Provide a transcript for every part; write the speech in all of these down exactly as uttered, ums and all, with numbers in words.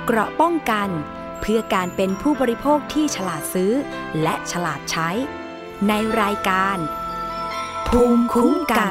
เกราะป้องกันเพื่อการเป็นผู้บริโภคที่ฉลาดซื้อและฉลาดใช้ในรายการภูมิคุ้มกัน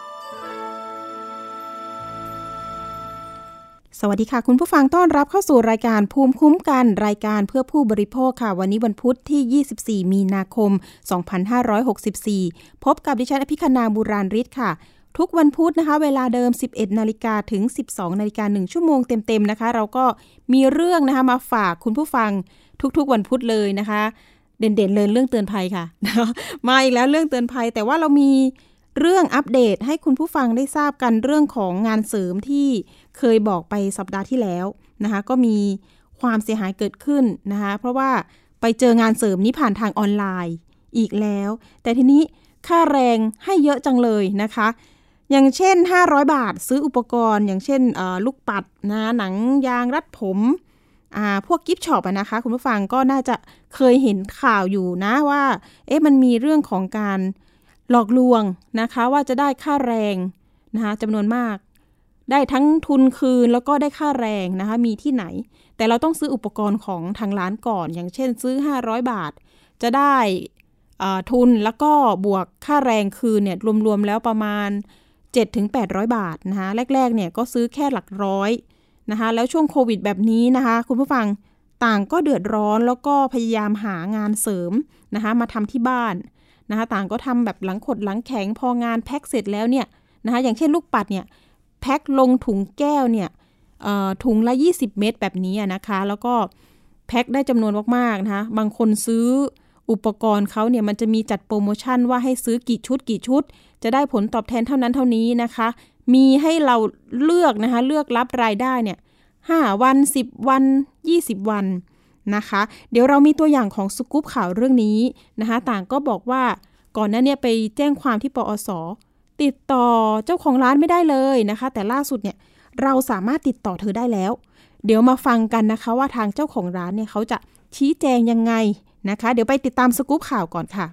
สวัสดีค่ะคุณผู้ฟังต้อนรับเข้าสู่รายการภูมิคุ้มกันรายการเพื่อผู้บริโภคค่ะวันนี้วันพุธที่ยี่สิบสี่มีนาคมสองพันห้าร้อยหกสิบสี่พบกับดิฉันอภิคณาบุราริศค่ะทุกวันพุธนะคะเวลาเดิม สิบเอ็ดนาฬิกา ถึง สิบสองนาฬิกา หนึ่งชั่วโมงเต็มๆนะคะเราก็มีเรื่องนะคะมาฝากคุณผู้ฟังทุกๆวันพุธเลยนะคะเด่นๆเลยเรื่องเตือนภัยค่ะมาอีกแล้วเรื่องเตือนภัยแต่ว่าเรามีเรื่องอัปเดตให้คุณผู้ฟังได้ทราบกันเรื่องของงานเสริมที่เคยบอกไปสัปดาห์ที่แล้วนะคะก็มีความเสียหายเกิดขึ้นนะคะเพราะว่าไปเจองานเสริมนี้ผ่านทางออนไลน์อีกแล้วแต่ทีนี้ค่าแรงให้เยอะจังเลยนะคะอย่างเช่นห้าร้อยบาทซื้ออุปกรณ์อย่างเช่นลูกปัดนะหนังยางรัดผมอ่าพวกกิฟต์ช็อปอ่ะนะคะคุณผู้ฟังก็น่าจะเคยเห็นข่าวอยู่นะว่าเอ๊ะมันมีเรื่องของการหลอกลวงนะคะว่าจะได้ค่าแรงนะคะจำนวนมากได้ทั้งทุนคืนแล้วก็ได้ค่าแรงนะคะมีที่ไหนแต่เราต้องซื้ออุปกรณ์ของทางร้านก่อนอย่างเช่นซื้อห้าร้อยบาทจะได้ทุนแล้วก็บวกค่าแรงคืนเนี่ยรวมๆแล้วประมาณ เจ็ดถึงแปดร้อย บาทนะคะแรกๆเนี่ยก็ซื้อแค่หลักร้อยนะคะแล้วช่วงโควิดแบบนี้นะคะคุณผู้ฟังต่างก็เดือดร้อนแล้วก็พยายามหางานเสริมนะคะมาทำที่บ้านนะคะต่างก็ทำแบบหลังขดหลังแข็งพองานแพ็คเสร็จแล้วเนี่ยนะคะอย่างเช่นลูกปัดเนี่ยแพ็คลงถุงแก้วเนี่ยถุงละยี่สิบเม็ดแบบนี้นะคะแล้วก็แพ็คได้จำนวนมากๆนะคะบางคนซื้ออุปกรณ์เขาเนี่ยมันจะมีจัดโปรโมชั่นว่าให้ซื้อกี่ชุดกี่ชุดจะได้ผลตอบแทนเท่านั้นเท่านี้นะคะมีให้เราเลือกนะคะเลือกรับรายได้เนี่ยห้าวันสิบวันยี่สิบวันนะคะเดี๋ยวเรามีตัวอย่างของสกู๊ปข่าวเรื่องนี้นะคะต่างก็บอกว่าก่อนหน้านี้ไปแจ้งความที่ปอส.ติดต่อเจ้าของร้านไม่ได้เลยนะคะแต่ล่าสุดเนี่ยเราสามารถติดต่อเธอได้แล้วเดี๋ยวมาฟังกันนะคะว่าทางเจ้าของร้านเนี่ยเขาจะชี้แจงยังไงนะคะเดี๋ยวไปติดตามสกู๊ปข่าวก่อนค่ะ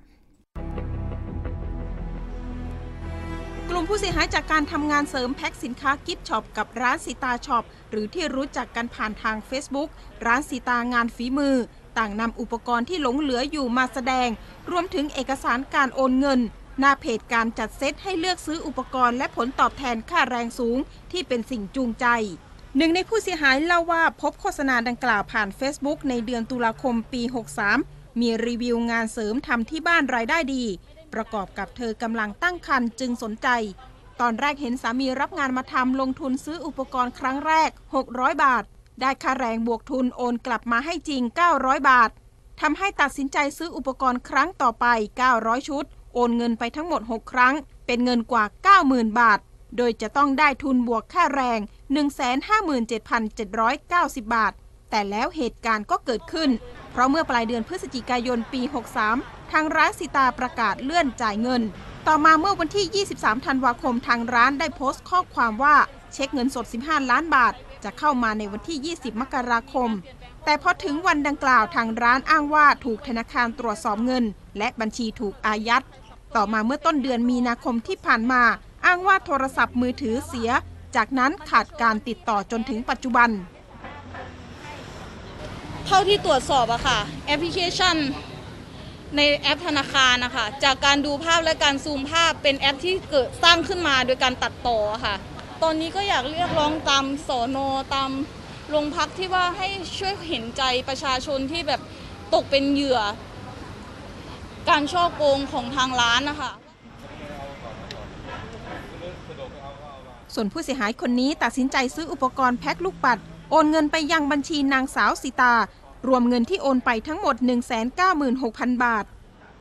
กลุ่มผู้เสียหายจากการทำงานเสริมแพ็คสินค้ากิฟต์ช็อปกับร้านสีตาช็อปหรือที่รู้จักกันผ่านทาง Facebook ร้านสีตางานฝีมือต่างนำอุปกรณ์ที่หลงเหลืออยู่มาแสดงรวมถึงเอกสารการโอนเงินหน้าเพจการจัดเซตให้เลือกซื้ออุปกรณ์และผลตอบแทนค่าแรงสูงที่เป็นสิ่งจูงใจหนึ่งในผู้เสียหายเล่าว่าพบโฆษณาดังกล่าวผ่าน Facebook ในเดือนตุลาคมปีหกสามมีรีวิวงานเสริมทำที่บ้านรายได้ดีประกอบกับเธอกำลังตั้งครรภ์จึงสนใจตอนแรกเห็นสามีรับงานมาทำลงทุนซื้ออุปกรณ์ครั้งแรกหกร้อยบาทได้ค่าแรงบวกทุนโอนกลับมาให้จริงเก้าร้อยบาททำให้ตัดสินใจซื้ออุปกรณ์ครั้งต่อไปเก้าร้อยชุดโอนเงินไปทั้งหมดหกครั้งเป็นเงินกว่า เก้าหมื่น บาทโดยจะต้องได้ทุนบวกค่าแรง หนึ่งแสนห้าหมื่นเจ็ดพันเจ็ดร้อยเก้าสิบ บาทแต่แล้วเหตุการณ์ก็เกิดขึ้นเพราะเมื่อปลายเดือนพฤศจิกายนปีหกสามทางร้านสีตาประกาศเลื่อนจ่ายเงินต่อมาเมื่อวันที่ยี่สิบสามธันวาคมทางร้านได้โพสต์ข้อความว่าเช็คเงินสดสิบห้าล้านบาทจะเข้ามาในวันที่ยี่สิบมกราคมแต่พอถึงวันดังกล่าวทางร้านอ้างว่าถูกธนาคารตรวจสอบเงินและบัญชีถูกอายัดต่อมาเมื่อต้นเดือนมีนาคมที่ผ่านมาอ้างว่าโทรศัพท์มือถือเสียจากนั้นขาดการติดต่อจนถึงปัจจุบันเท่าที่ตรวจสอบอะค่ะแอปพลิเคชันในแอปธนาคารนะคะจากการดูภาพและการซูมภาพเป็นแอปที่เกิดสร้างขึ้นมาโดยการตัดต่อค่ะตอนนี้ก็อยากเรียกร้องตามสน.ตามโรงพักที่ว่าให้ช่วยเห็นใจประชาชนที่แบบตกเป็นเหยื่อการฉ้อโกงของทางร้านนะคะส่วนผู้เสียหายคนนี้ตัดสินใจซื้ออุปกรณ์แพ็คลูกปัดโอนเงินไปยังบัญชีนางสาวสีตารวมเงินที่โอนไปทั้งหมด หนึ่งแสนเก้าหมื่นหกพัน บาท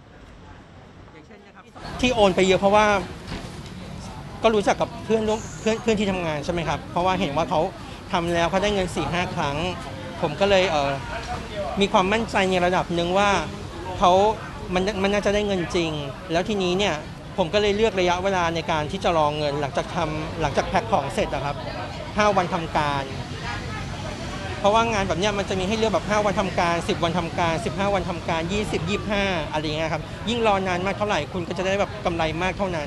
ที่โอนไปเยอะเพราะว่าก็รู้จักกับเพื่อนร่วมเพื่อนเพื่อนที่ทำงานใช่ไหมครับเพราะว่าเห็นว่าเขาทำแล้วเขาได้เงิน สี่ห้า ครั้งผมก็เลยเออมีความมั่นใจในระดับหนึ่งว่าเขามันมันน่าจะได้เงินจริงแล้วทีนี้เนี่ยผมก็เลยเลือกระยะเวลาในการที่จะรอเงินหลังจากทำหลังจากแพ็คของเสร็จนะครับห้าวันทำการเพราะว่างานแบบนี้มันจะมีให้เลือกแบบห้าวันทำการสิบวันทำการสิบห้าวันทำการยี่สิบ ยี่สิบห้าอะไรอย่างเงี้ยครับยิ่งรอนานมากเท่าไหร่คุณก็จะได้แบบกำไรมากเท่านั้น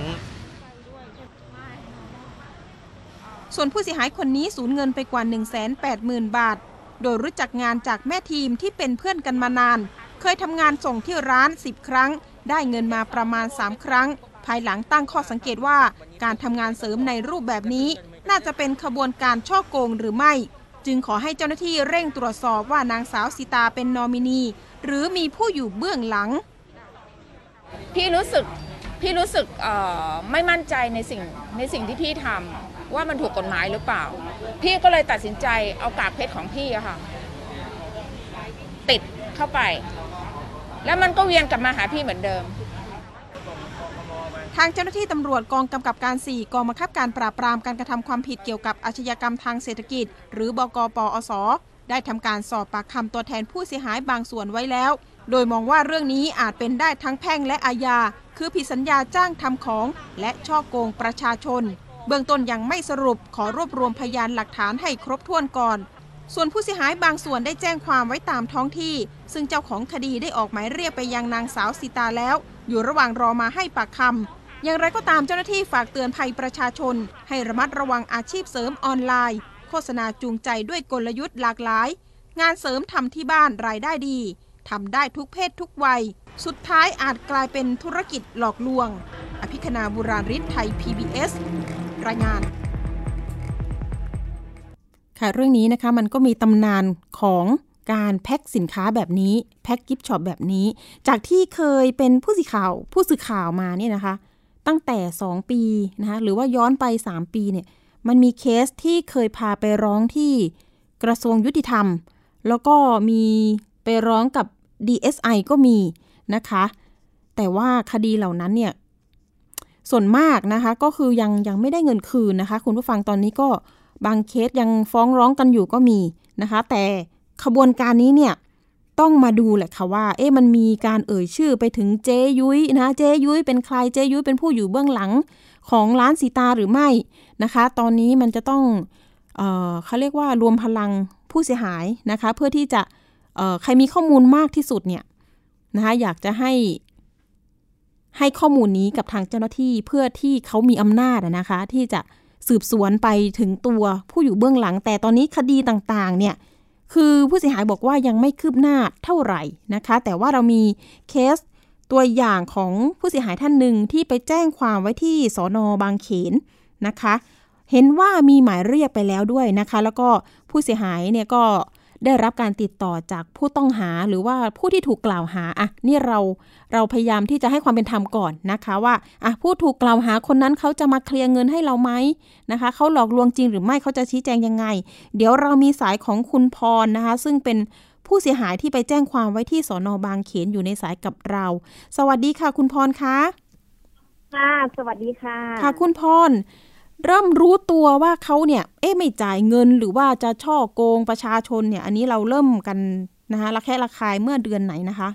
ส่วนผู้เสียหายคนนี้สูญเงินไปกว่า หนึ่งแสนแปดหมื่น บาทโดยรู้จักงานจากแม่ทีมที่เป็นเพื่อนกันมานานเคยทำงานส่งที่ร้านสิบครั้งได้เงินมาประมาณสามครั้งภายหลังตั้งข้อสังเกตว่าการทำงานเสริมในรูปแบบนี้น่าจะเป็นขบวนการฉ้อโกงหรือไม่จึงขอให้เจ้าหน้าที่เร่งตรวจสอบว่านางสาวสีตาเป็นนอมินีหรือมีผู้อยู่เบื้องหลังพี่รู้สึกพี่รู้สึกไม่มั่นใจในสิ่งในสิ่งที่พี่ทำว่ามันถูกกฎหมายหรือเปล่าพี่ก็เลยตัดสินใจเอากากเพชรของพี่อะค่ะติดเข้าไปแล้วมันก็เวียนกลับมาหาพี่เหมือนเดิมทางเจ้าหน้าที่ตำรวจกองกำกับการสี่กองบังคับการปราบปรามการกระทำความผิดเกี่ยวกับอาชญากรรมทางเศรษฐกิจหรือบกปอส.ได้ทำการสอบปากคำตัวแทนผู้เสียหายบางส่วนไว้แล้วโดยมองว่าเรื่องนี้อาจเป็นได้ทั้งแพ่งและอาญาคือผิดสัญญาจ้างทำของและฉ้อโกงประชาชนเบื้องต้นยังไม่สรุปขอรวบรวมพยานหลักฐานให้ครบถ้วนก่อนส่วนผู้เสียหายบางส่วนได้แจ้งความไว้ตามท้องที่ซึ่งเจ้าของคดีได้ออกหมายเรียกไปยังนางสาวสีตาแล้วอยู่ระหว่างรอมาให้ปากคำอย่างไรก็ตามเจ้าหน้าที่ฝากเตือนภัยประชาชนให้ระมัดระวังอาชีพเสริมออนไลน์โฆษณาจูงใจด้วยกลยุทธ์หลากหลายงานเสริมทำที่บ้านรายได้ดีทำได้ทุกเพศทุกวัยสุดท้ายอาจกลายเป็นธุรกิจหลอกลวงอภิคณา บุราริศ ไทย พี บี เอส รายงานค่ะเรื่องนี้นะคะมันก็มีตำนานของการแพ็คสินค้าแบบนี้แพ็คกิฟต์ช็อปแบบนี้จากที่เคยเป็นผู้สื่อข่าวผู้สื่อข่าวมาเนี่ยนะคะตั้งแต่สองปีนะคะหรือว่าย้อนไปสามปีเนี่ยมันมีเคสที่เคยพาไปร้องที่กระทรวงยุติธรรมแล้วก็มีไปร้องกับ ดี เอส ไอ ก็มีนะคะแต่ว่าคดีเหล่านั้นเนี่ยส่วนมากนะคะก็คือยังยังไม่ได้เงินคืนนะคะคุณผู้ฟังตอนนี้ก็บางเคสยังฟ้องร้องกันอยู่ก็มีนะคะแต่ขบวนการนี้เนี่ยต้องมาดูแหละค่ะว่าเอ๊ะมันมีการเอ่ยชื่อไปถึงเจยุ้ยนะเจยุ้ยเป็นใครเจยุ้ยเป็นผู้อยู่เบื้องหลังของร้านสีตาหรือไม่นะคะตอนนี้มันจะต้องเอ่อเขาเรียกว่ารวมพลังผู้เสียหายนะคะเพื่อที่จะเอ่อใครมีข้อมูลมากที่สุดเนี่ยนะคะอยากจะให้ให้ข้อมูลนี้กับทางเจ้าหน้าที่เพื่อที่เขามีอำนาจนะคะที่จะสืบสวนไปถึงตัวผู้อยู่เบื้องหลังแต่ตอนนี้คดีต่างๆเนี่ยคือผู้เสียหายบอกว่ายังไม่คืบหน้าเท่าไหร่นะคะแต่ว่าเรามีเคสตัวอย่างของผู้เสียหายท่านหนึ่งที่ไปแจ้งความไว้ที่สน.บางเขนนะคะเห็นว่ามีหมายเรียกไปแล้วด้วยนะคะแล้วก็ผู้เสียหายเนี่ยก็ได้รับการติดต่อจากผู้ต้องหาหรือว่าผู้ที่ถูกกล่าวหาอ่ะนี่เราเราพยายามที่จะให้ความเป็นธรรมก่อนนะคะว่าอ่ะผู้ถูกกล่าวหาคนนั้นเขาจะมาเคลียร์เงินให้เราไหมนะคะเขาหลอกลวงจริงหรือไม่เขาจะชี้แจงยังไงเดี๋ยวเรามีสายของคุณพรนะคะซึ่งเป็นผู้เสียหายที่ไปแจ้งความไว้ที่สน.บางเขนอยู่ในสายกับเราสวัสดีค่ะคุณพรคะค่ะสวัสดีค่ะค่ะคุณพรเริ่มรู้ตัวว่าเขาเนี่ยเอ๊ะไม่จ่ายเงินหรือว่าจะช่อโกงประชาชนเนี่ยอันนี้เราเริ่มกันนะคะระแคะระคายเมื่อเดือนไหนนะคะ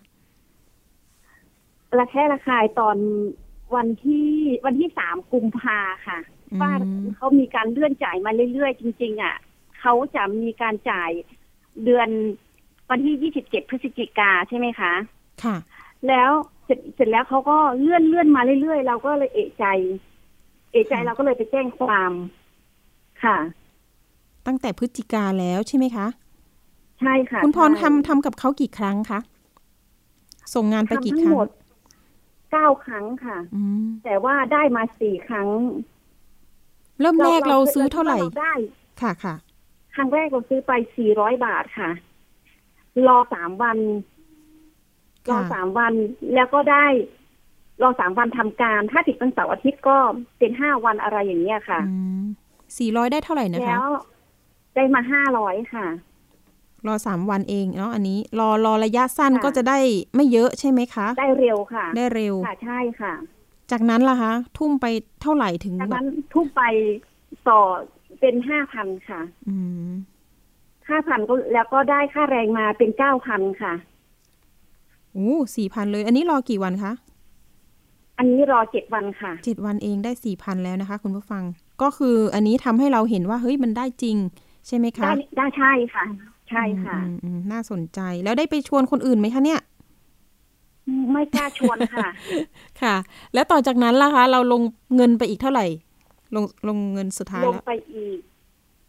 ระแคะระคายตอนวันที่วันที่สามกุมภาค่ะว่าเขามีการเลื่อนจ่ายมาเรื่อยๆจริงๆอ่ะเขาจะมีการจ่ายเดือนวันที่ยี่สิบเจ็ดพฤศจิกาใช่ไหมคะค่ะแล้วเสร็จเสร็จแล้วเขาก็เลื่อนเลื่อนมาเรื่อยๆเราก็เลยเอะใจเอะใจเราก็เลยไปแจ้งความค่ะตั้งแต่พฤศจิกาแล้วใช่ไหมคะใช่ค่ะคุณพรทำทำกับเขากี่ครั้งคะส่งงานไปกี่ครั้งทั้งหมดเก้าครั้งค่ะแต่ว่าได้มาสี่ครั้งเริ่มแรกเราซื้อเท่าไหร่ได้ค่ะค่ะครั้งแรกเราซื้อไปสี่ร้อยบาทค่ะรอสามวันรอสามวันแล้วก็ได้รอสามวันทำการถ้าติดวันเสาร์อาทิตย์ก็เป็นห้าวันอะไรอย่างเงี้ยค่ะสี่ร้อยได้เท่าไหร่นะคะแล้วได้มาห้าร้อยค่ะรอสามวันเองเนาะอันนี้รอรอระยะสั้นก็จะได้ไม่เยอะใช่ไหมคะได้เร็วค่ะได้เร็วค่ะใช่ค่ะจากนั้นล่ะคะทุ่มไปเท่าไหร่ถึงจากนั้นทุ่มไปต่อเป็นห้าพันค่ะอืมห้าพันก็แล้วก็ได้ค่าแรงมาเป็นเก้าพันค่ะโอ้สี่พันเลยอันนี้รอกี่วันคะอันนี้รอเจ็ดวันค่ะเจ็ดวันเองได้สี่พันแล้วนะคะคุณผู้ฟังก็คืออันนี้ทำให้เราเห็นว่าเฮ้ยมันได้จริงใช่ไหมคะได้ได้ใช่ค่ะใช่ค่ะน่าสนใจแล้วได้ไปชวนคนอื่นไหมคะเนี่ยไม่กล้าชวนค่ะค่ะแล้วต่อจากนั้นล่ะคะเราลงเงินไปอีกเท่าไหร่ลงลงเงินสุดท้ายลงไปอีก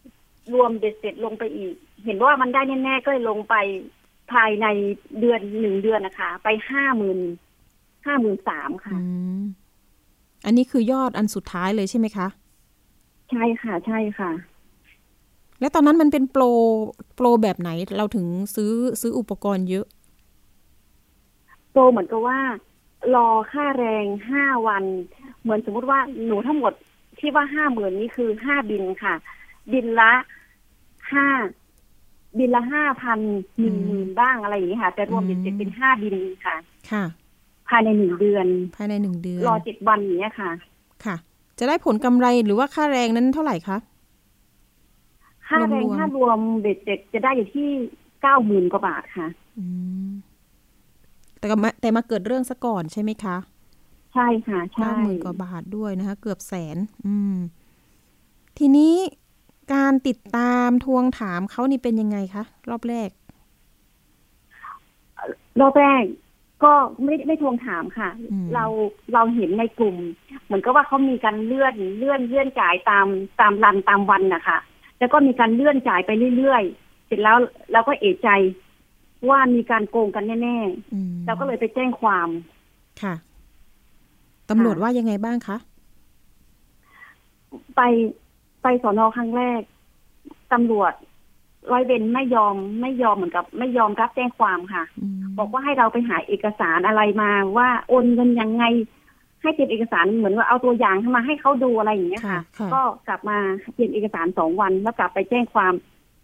รวมเบ็ดเสร็จลงไปอีกเห็นว่ามันได้แน่ๆก็เลยลงไปภายในเดือนหนึ่งเดือนนะคะไปห้าหมื่นห้าหมื่นสามค่ะอันนี้คือยอดอันสุดท้ายเลยใช่ไหมคะใช่ค่ะใช่ค่ะแล้วตอนนั้นมันเป็นโปรโปรแบบไหนเราถึงซื้อซื้ออุปกรณ์เยอะโปรเหมือนกับว่ารอค่าแรงห้าวันเหมือนสมมติว่าหนูทั้งหมดที่ว่าห้าหมื่นนี้คือห้าบินค่ะบินละห้าบินละห้าพันหนึ่งหมื่นบ้างอะไรอย่างนี้ค่ะแต่รวมเป็นเจ็ดเป็นห้าบินค่ะค่ะภายในหนึ่งเดือนภายในหนึ่งเดือนรอเจ็ดวันอย่างนี้ค่ะค่ะจะได้ผลกำไรหรือว่าค่าแรงนั้นเท่าไหร่คะค่าแรงถ้ารวมเบ็ดเสร็จจะได้อยู่ที่เก้าหมื่นกว่าบาทค่ะอืมแต่ก็แต่มาเกิดเรื่องซะก่อนใช่ไหมคะใช่ค่ะใช่เก้าหมื่นกว่าบาทด้วยนะคะเกือบแสนอืมทีนี้การติดตามทวงถามเขานี่เป็นยังไงคะรอบแรกรอบแรกก็ไม่ไม่ทวงถามค่ะเราเราเห็นในกลุ่มเหมือนกับว่าเขามีการเลื่อนเลื่อนเลื่อนจ่ายตามตามรันตามวันนะคะแล้วก็มีการเลื่อนจ่ายไปเรื่อยๆเสร็จแล้วเราก็เอะใจว่ามีการโกงกันแน่ๆเราก็เลยไปแจ้งความค่ะตำรวจว่ายังไงบ้างคะไปไปสน.ครั้งแรกตำรวจร้อยเวรไม่ยอมไม่ยอมเหมือนกับไม่ยอมรับแจ้งความค่ะบอกว่าให้เราไปหาเอกสารอะไรมาว่าโอนเงินยังไงให้เตรียมเอกสารเหมือนว่าเอาตัวอย่างมาให้เขาดูอะไรอย่างเงี้ยค่ะก็กลับมาเตรียมเอกสารสองวันแล้วกลับไปแจ้งความ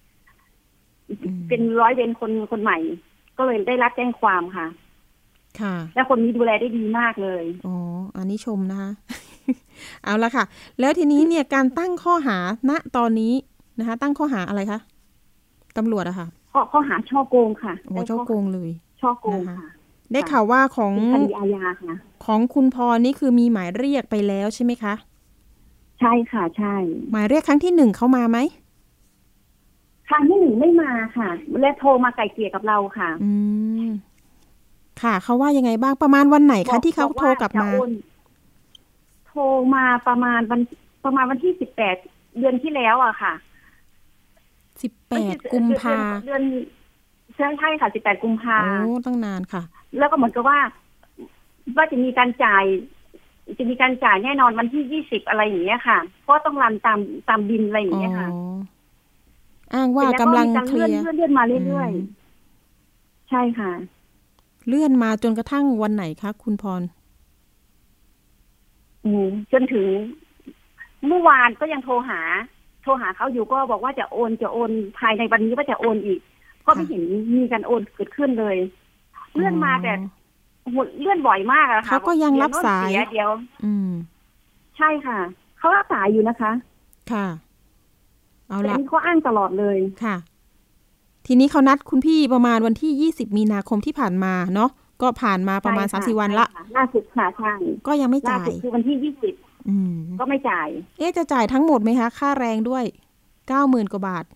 เป็นร้อยเวรคนคนใหม่ก็เลยได้รับแจ้งความค่ะค่ะและคนนี้ดูแลได้ดีมากเลยอ๋ออันนี้ชมนะคะ เอาละค่ะแล้วทีนี้เนี่ยการตั้งข้อหาณตอนนี้นะคะตั้งข้อหาอะไรคะตำรวจอะค่ะข้อข้อหาช่อโกงค่ะโอ้ช่อโกงเลยช่อโกงค่ะได้ข่าวว่าของคดีอาญาค่ะของคุณพรนี่คือมีหมายเรียกไปแล้วใช่ไหมคะใช่ค่ะใช่หมายเรียกครั้งที่หนึ่งเขามาไหมครั้งที่หนึ่งไม่มาค่ะและโทรมาไกล่เกลี่ยกับเราค่ะอืมค่ะเขาว่ายังไงบ้างประมาณวันไหนคะที่เขาโทรกลับมาโทรมาประมาณวันประมาณวันที่สิบแปดเดือนที่แล้วอะค่ะสิบแปดกุมภาเดือนใช่ใช่ค่ะสิบแปดกุมภาโอ้ตั้งนานค่ะแล้วก็เหมือนกับว่าว่าจะมีการจ่ายจะมีการจ่ายแน่นอนวันที่ยี่สิบอะไรอย่างเงี้ยค่ะเพราะต้องรันตามตามบินอะไรอย่างเงี้ยค่ะอ้างว่ากำลังเคลียร์เลื่อนเลื่อนมาเรื่อยๆใช่ค่ะเลื่อนมาจนกระทั่งวันไหนคะคุณพรอืมจนถึงเมื่อวานก็ยังโทรหาโทรหาเขาอยู่ก็บอกว่าจะโอนจะโอนภายในวันนี้ว่าจะโอนอีกก็ไม่เห็นมีการโอนเกิดขึ้นเลยเลื่อนมาแต่เลื่อนบ่อยมากอะค่ะเขาก็ยังรับสายเดี๋ยวอืมใช่ค่ะเขารับสายอยู่นะคะค่ะเอาละเขาอ้างตลอดเลยค่ะทีนี้เขานัดคุณพี่ประมาณวันที่ยี่สิบมีนาคมที่ผ่านมาเนาะก็ผ่านมาประมาณ สามถึงสี่ วันละล่าสุดค่ะใช่ก็ยังไม่จ่ายล่าสุดคือวันที่ยี่สิบอืมก็ไม่จ่ายเอ๊ะจะจ่ายทั้งหมดไหมคะค่าแรงด้วย เก้าหมื่น กว่าบาท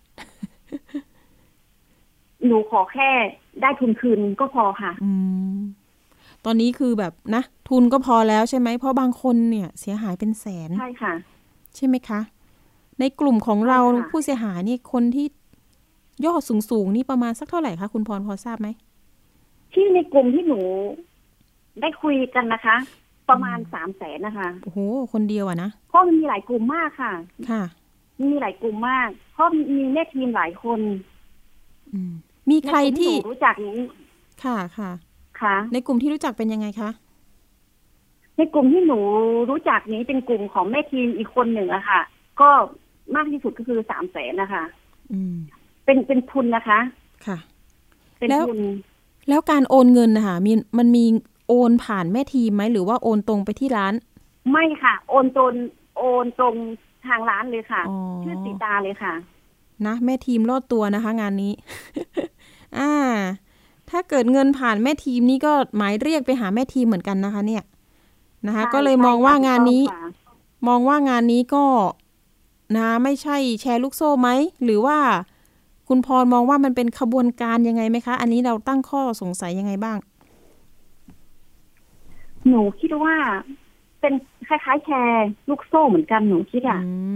หนูขอแค่ได้ทุนคืนก็พอค่ะอืมตอนนี้คือแบบนะทุนก็พอแล้วใช่ไหมเพราะบางคนเนี่ยเสียหายเป็นแสนใช่ค่ะใช่ไหมคะในกลุ่มของเราผู้เสียหายนี่คนที่ยอดสูงๆนี่ประมาณสักเท่าไหร่คะคุณพรพอทราบไหมที่ในกลุ่มที่หนูได้คุยกันนะคะประมาณสามแสนนะคะโอ้โหคนเดียวอะนะเพราะมันมีหลายกลุ่มมากค่ะค่ะมีหลายกลุ่มมากเพราะมีแม่ทีมหลายคนอืมมีใครที่รู้จักนี้ค่ะค่ะค่ะในกลุ่มที่รู้จักเป็นยังไงคะในกลุ่มที่หนูรู้จักนี้เป็นกลุ่มของแม่ทีมอีกคนหนึ่งอะค่ะก็มากที่สุดก็คือสามแสนนะคะอืมเป็นเป็นทุนนะคะค่ะเป็นทุนแล้วการโอนเงินนะคะมีมันมีโอนผ่านแม่ทีมไหมหรือว่าโอนตรงไปที่ร้านไม่ค่ะโอนตรงโอนตรงทางร้านเลยค่ะชื่อสีตาเลยค่ะนะแม่ทีมรอดตัวนะคะงานนี้ อ่าถ้าเกิดเงินผ่านแม่ทีมนี่ก็หมายเรียกไปหาแม่ทีมเหมือนกันนะคะเนี่ยนะคะก็เลยมองว่างานนี้มองว่างานนี้ก็นะไม่ใช่แชร์ลูกโซ่ไหมหรือว่าคุณพรมองว่ามันเป็นขบวนการยังไงไหมคะอันนี้เราตั้งข้อสงสัยยังไงบ้างหนูคิดว่าเป็นคล้ายๆแชร์ลูกโซ่เหมือนกันหนูคิดอ่ะคิ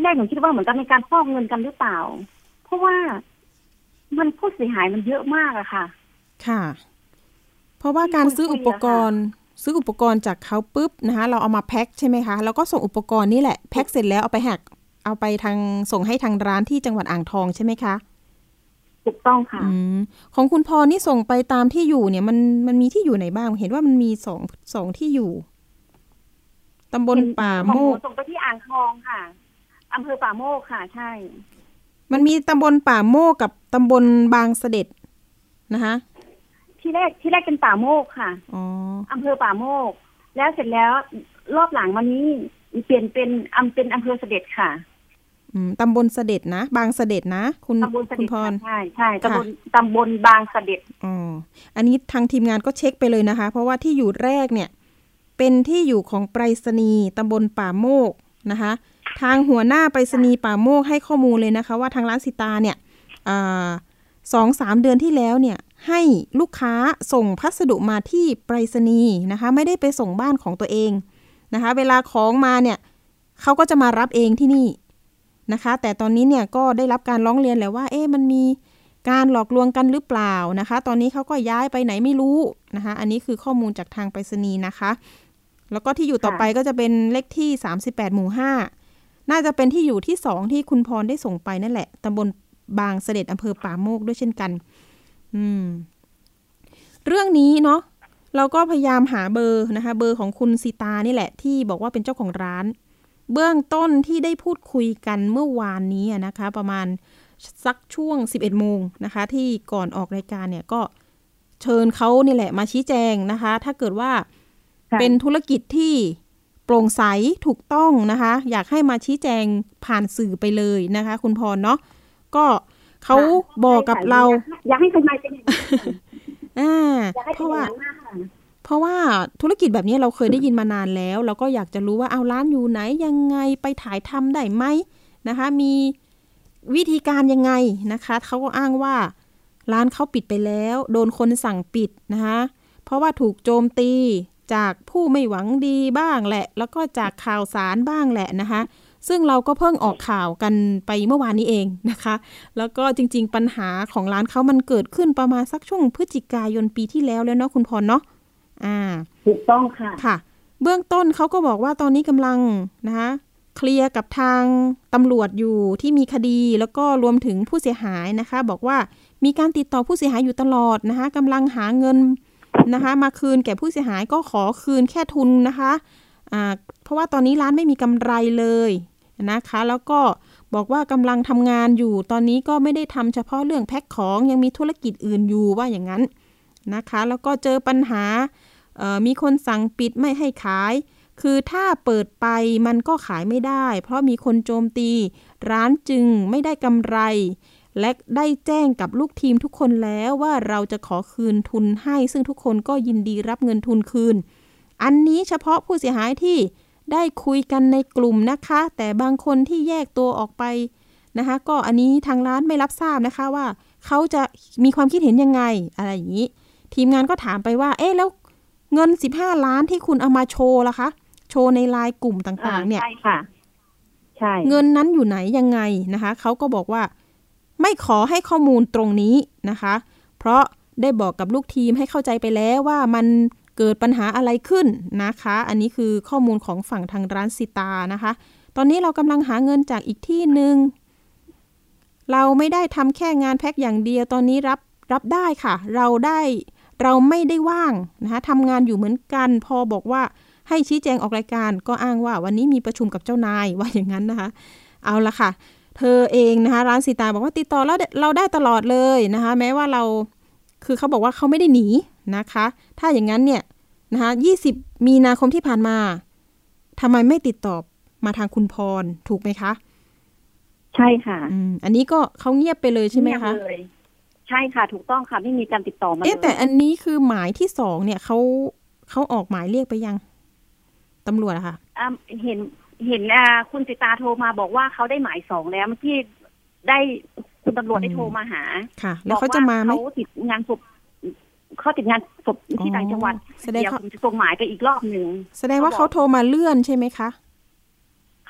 ที่แรกหนูคิดว่าเหมือนกับมีการฟอกเงินกันหรือเปล่าเพราะว่ามันผู้เสียหายมันเยอะมากอะค่ะค่ะเพราะว่าการซื้ออุปกรณ์ซื้ออุปกรณ์จากเขาปุ๊บนะคะเราเอามาแพ็คใช่ไหมคะแล้วก็ส่งอุปกรณ์นี่แหละแพ็คเสร็จแล้วเอาไปหักเอาไปทางส่งให้ทางร้านที่จังหวัดอ่างทองใช่ไหมคะถูกต้องค่ะอของคุณพรนี่ส่งไปตามที่อยู่เนี่ยมันมันมีที่อยู่ไหนบ้างเห็นว่ามันมีสองสองที่อยู่ตำบลป่าโมกส่งไปที่อ่างทองค่ะอำเภอป่าโมกค่ะใช่มันมีตำบลป่าโมกกับตำบลบางเสด็จนะคะที่แรกที่แรกเป็นป่าโมกค่ะอ๋ออำเภอป่าโมกแล้วเสร็จแล้วรอบหลังวันนี้เปลี่ยนเป็นอำเป็นอำเภอเสด็จค่ะอืมตำบลเสด็จนะบางเสด็จนะคุณคุณพรใช่ใช่ตำบลตำบลบางเสด็จอ๋ออันนี้ทางทีมงานก็เช็คไปเลยนะคะเพราะว่าที่อยู่แรกเนี่ยเป็นที่อยู่ของไปรษณีย์ตำบลป่าโมกนะคะทางหัวหน้าไปรษณีย์ป่าโมกให้ข้อมูลเลยนะคะว่าทางร้านสิตาเนี่ยอ่าสองสามเดือนที่แล้วเนี่ยให้ลูกค้าส่งพัสดุมาที่ไปรษณีย์นะคะไม่ได้ไปส่งบ้านของตัวเองนะคะเวลาของมาเนี่ยเขาก็จะมารับเองที่นี่นะคะแต่ตอนนี้เนี่ยก็ได้รับการร้องเรียนแล้วว่าเอ๊ะมันมีการหลอกลวงกันหรือเปล่านะคะตอนนี้เขาก็ย้ายไปไหนไม่รู้นะคะอันนี้คือข้อมูลจากทางไปรษณีย์นะคะแล้วก็ที่อยู่ต่อไปก็จะเป็นเลขที่สามสิบแปดหมู่ห้าน่าจะเป็นที่อยู่ที่สองที่คุณพรได้ส่งไปนั่นแหละตำบลบางเสด็จอำเภอป่าโมกด้วยเช่นกันอืมเรื่องนี้เนาะเราก็พยายามหาเบอร์นะคะเบอร์ของคุณสิตานี่แหละที่บอกว่าเป็นเจ้าของร้านเบื้องต้นที่ได้พูดคุยกันเมื่อวานนี้นะคะประมาณสักช่วง สิบเอ็ดโมงนะคะที่ก่อนออกรายการเนี่ยก็เชิญเขานี่แหละมาชี้แจงนะคะถ้าเกิดว่าเป็นธุรกิจที่โปร่งใสถูกต้องนะคะอยากให้มาชี้แจงผ่านสื่อไปเลยนะคะคุณพรเนาะก็เขาบอกกับเราอยากให้ทนายเป็นอย่างนี้อ่าเพราะว่าเพราะว่าธุรกิจแบบนี้เราเคยได้ยินมานานแล้วเราก็อยากจะรู้ว่าเอาร้านอยู่ไหนยังไงไปถ่ายทำได้ไหมนะคะมีวิธีการยังไงนะคะเขาก็อ้างว่าร้านเขาปิดไปแล้วโดนคนสั่งปิดนะคะเพราะว่าถูกโจมตีจากผู้ไม่หวังดีบ้างแหละแล้วก็จากข่าวสารบ้างแหละนะคะซึ่งเราก็เพิ่งออกข่าวกันไปเมื่อวานนี้เองนะคะแล้วก็จริงๆปัญหาของร้านเขามันเกิดขึ้นประมาณสักช่วงพฤศจิกายนปีที่แล้วแล้วเนาะคุณพรเนาะอ่าถูกต้องค่ะค่ะเบื้องต้นเขาก็บอกว่าตอนนี้กำลังนะคะเคลียร์กับทางตำรวจอยู่ที่มีคดีแล้วก็รวมถึงผู้เสียหายนะคะบอกว่ามีการติดต่อผู้เสียหายอยู่ตลอดนะคะกำลังหาเงินนะคะมาคืนแก่ผู้เสียหายก็ขอคืนแค่ทุนนะคะอ่าเพราะว่าตอนนี้ร้านไม่มีกำไรเลยนะคะแล้วก็บอกว่ากำลังทำงานอยู่ตอนนี้ก็ไม่ได้ทำเฉพาะเรื่องแพ็คของยังมีธุรกิจอื่นอยู่ว่าอย่างนั้นนะคะแล้วก็เจอปัญหาเอ่อมีคนสั่งปิดไม่ให้ขายคือถ้าเปิดไปมันก็ขายไม่ได้เพราะมีคนโจมตีร้านจึงไม่ได้กำไรและได้แจ้งกับลูกทีมทุกคนแล้วว่าเราจะขอคืนทุนให้ซึ่งทุกคนก็ยินดีรับเงินทุนคืนอันนี้เฉพาะผู้เสียหายที่ได้คุยกันในกลุ่มนะคะแต่บางคนที่แยกตัวออกไปนะคะก็อันนี้ทางร้านไม่รับทราบนะคะว่าเขาจะมีความคิดเห็นยังไงอะไรอย่างนี้ทีมงานก็ถามไปว่าเอ๊ะแล้วเงินสิบห้าล้านที่คุณเอามาโชว์ล่ะคะโชว์ในไลน์กลุ่มต่างๆเนี่ยใช่ค่ะใช่เงินนั้นอยู่ไหนยังไงนะคะเขาก็บอกว่าไม่ขอให้ข้อมูลตรงนี้นะคะเพราะได้บอกกับลูกทีมให้เข้าใจไปแล้วว่ามันเกิดปัญหาอะไรขึ้นนะคะอันนี้คือข้อมูลของฝั่งทางร้านสิตานะคะตอนนี้เรากำลังหาเงินจากอีกที่นึงเราไม่ได้ทำแค่งานแพ็คอย่างเดียวตอนนี้รับรับได้ค่ะเราได้เราไม่ได้ว่างนะคะทำงานอยู่เหมือนกันพอบอกว่าให้ชี้แจงออกรายการก็อ้างว่าวันนี้มีประชุมกับเจ้านายว่าอย่างนั้นนะคะเอาละค่ะเธอเองนะคะร้านสิตาบอกว่าติดต่อแล้วเราได้ตลอดเลยนะคะแม้ว่าเราคือเขาบอกว่าเขาไม่ได้หนีนะคะถ้าอย่างนั้นเนี่ยนะคะยี่สิบมีนาคมที่ผ่านมาทำไมไม่ติดต่อมาทางคุณพรถูกไหมคะใช่ค่ะอืมอันนี้ก็เขาเงียบไปเลยใช่ไหมคะใช่ค่ะถูกต้องค่ะไม่มีการติดต่อมาเลยเอ๊ะแต่อันนี้คือหมายที่สองเนี่ยเขาเขาออกหมายเรียกไปยังตำรวจอะค่ะอ่าเห็นเห็นอ่าคุณสิตาโทรมาบอกว่าเขาได้หมายสองแล้วเมื่อกี้ได้คุณตำรวจได้โทรมาหาค่ะแล้วเขาจะมาไหมเขาติดงานศพเขาติดงานศพที่ต่างจังหวัดเดี๋ยวผมจะส่งหมายไปอีกรอบหนึ่งแสดงว่าเขาโทรมาเลื่อนใช่ไหมคะ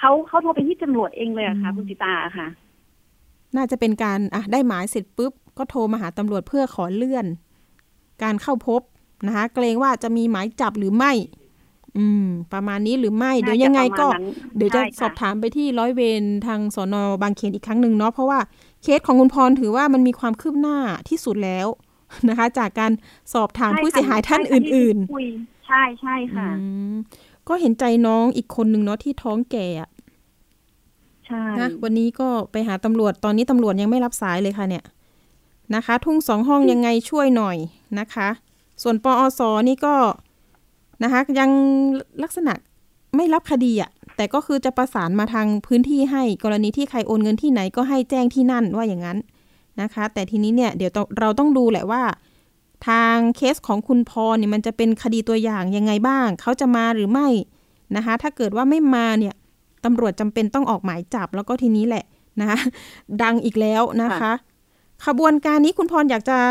เขาเขาโทรไปที่ตำรวจเองเลยอะค่ะคุณจิตาค่ะน่าจะเป็นการอ่ะได้หมายเสร็จปุ๊บก็โทรมาหาตำรวจเพื่อขอเลื่อนการเข้าพบนะคะเกรงว่าจะมีหมายจับหรือไม่อืมประมาณนี้หรือไม่เดี๋ยวยังไงก็เดี๋ยวจะสอบถามไปที่ร้อยเวรทางสน.บางเขนอีกครั้งหนึ่งเนาะเพราะว่าเคสของคุณพรถือว่ามันมีความคืบหน้าที่สุดแล้วนะคะจากการสอบถามผู้เสียหายท่านอื่นๆใช่ใช่ค่ะก็เห็นใจน้องอีกคนนึงเนาะที่ท้องแก่อ่ะใช่นะวันนี้ก็ไปหาตำรวจตอนนี้ตำรวจยังไม่รับสายเลยค่ะเนี่ยนะคะทุ่งสองห้องยังไงช่วยหน่อยนะคะส่วนปอสนี่ก็นะคะยังลักษณะไม่รับคดีอ่ะแต่ก็คือจะประสานมาทางพื้นที่ให้กรณีที่ใครโอนเงินที่ไหนก็ให้แจ้งที่นั่นว่าอย่างนั้นนะคะแต่ทีนี้เนี่ยเดี๋ยวเราต้องดูแหละว่าทางเคสของคุณพรเนี่ยมันจะเป็นคดีตัวอย่างยังไงบ้างเขาจะมาหรือไม่นะคะถ้าเกิดว่าไม่มาเนี่ยตำรวจจำเป็นต้องออกหมายจับแล้วก็ทีนี้แหละนะคะดังอีกแล้วนะคะขบวนการนี้คุณพรอยากจะ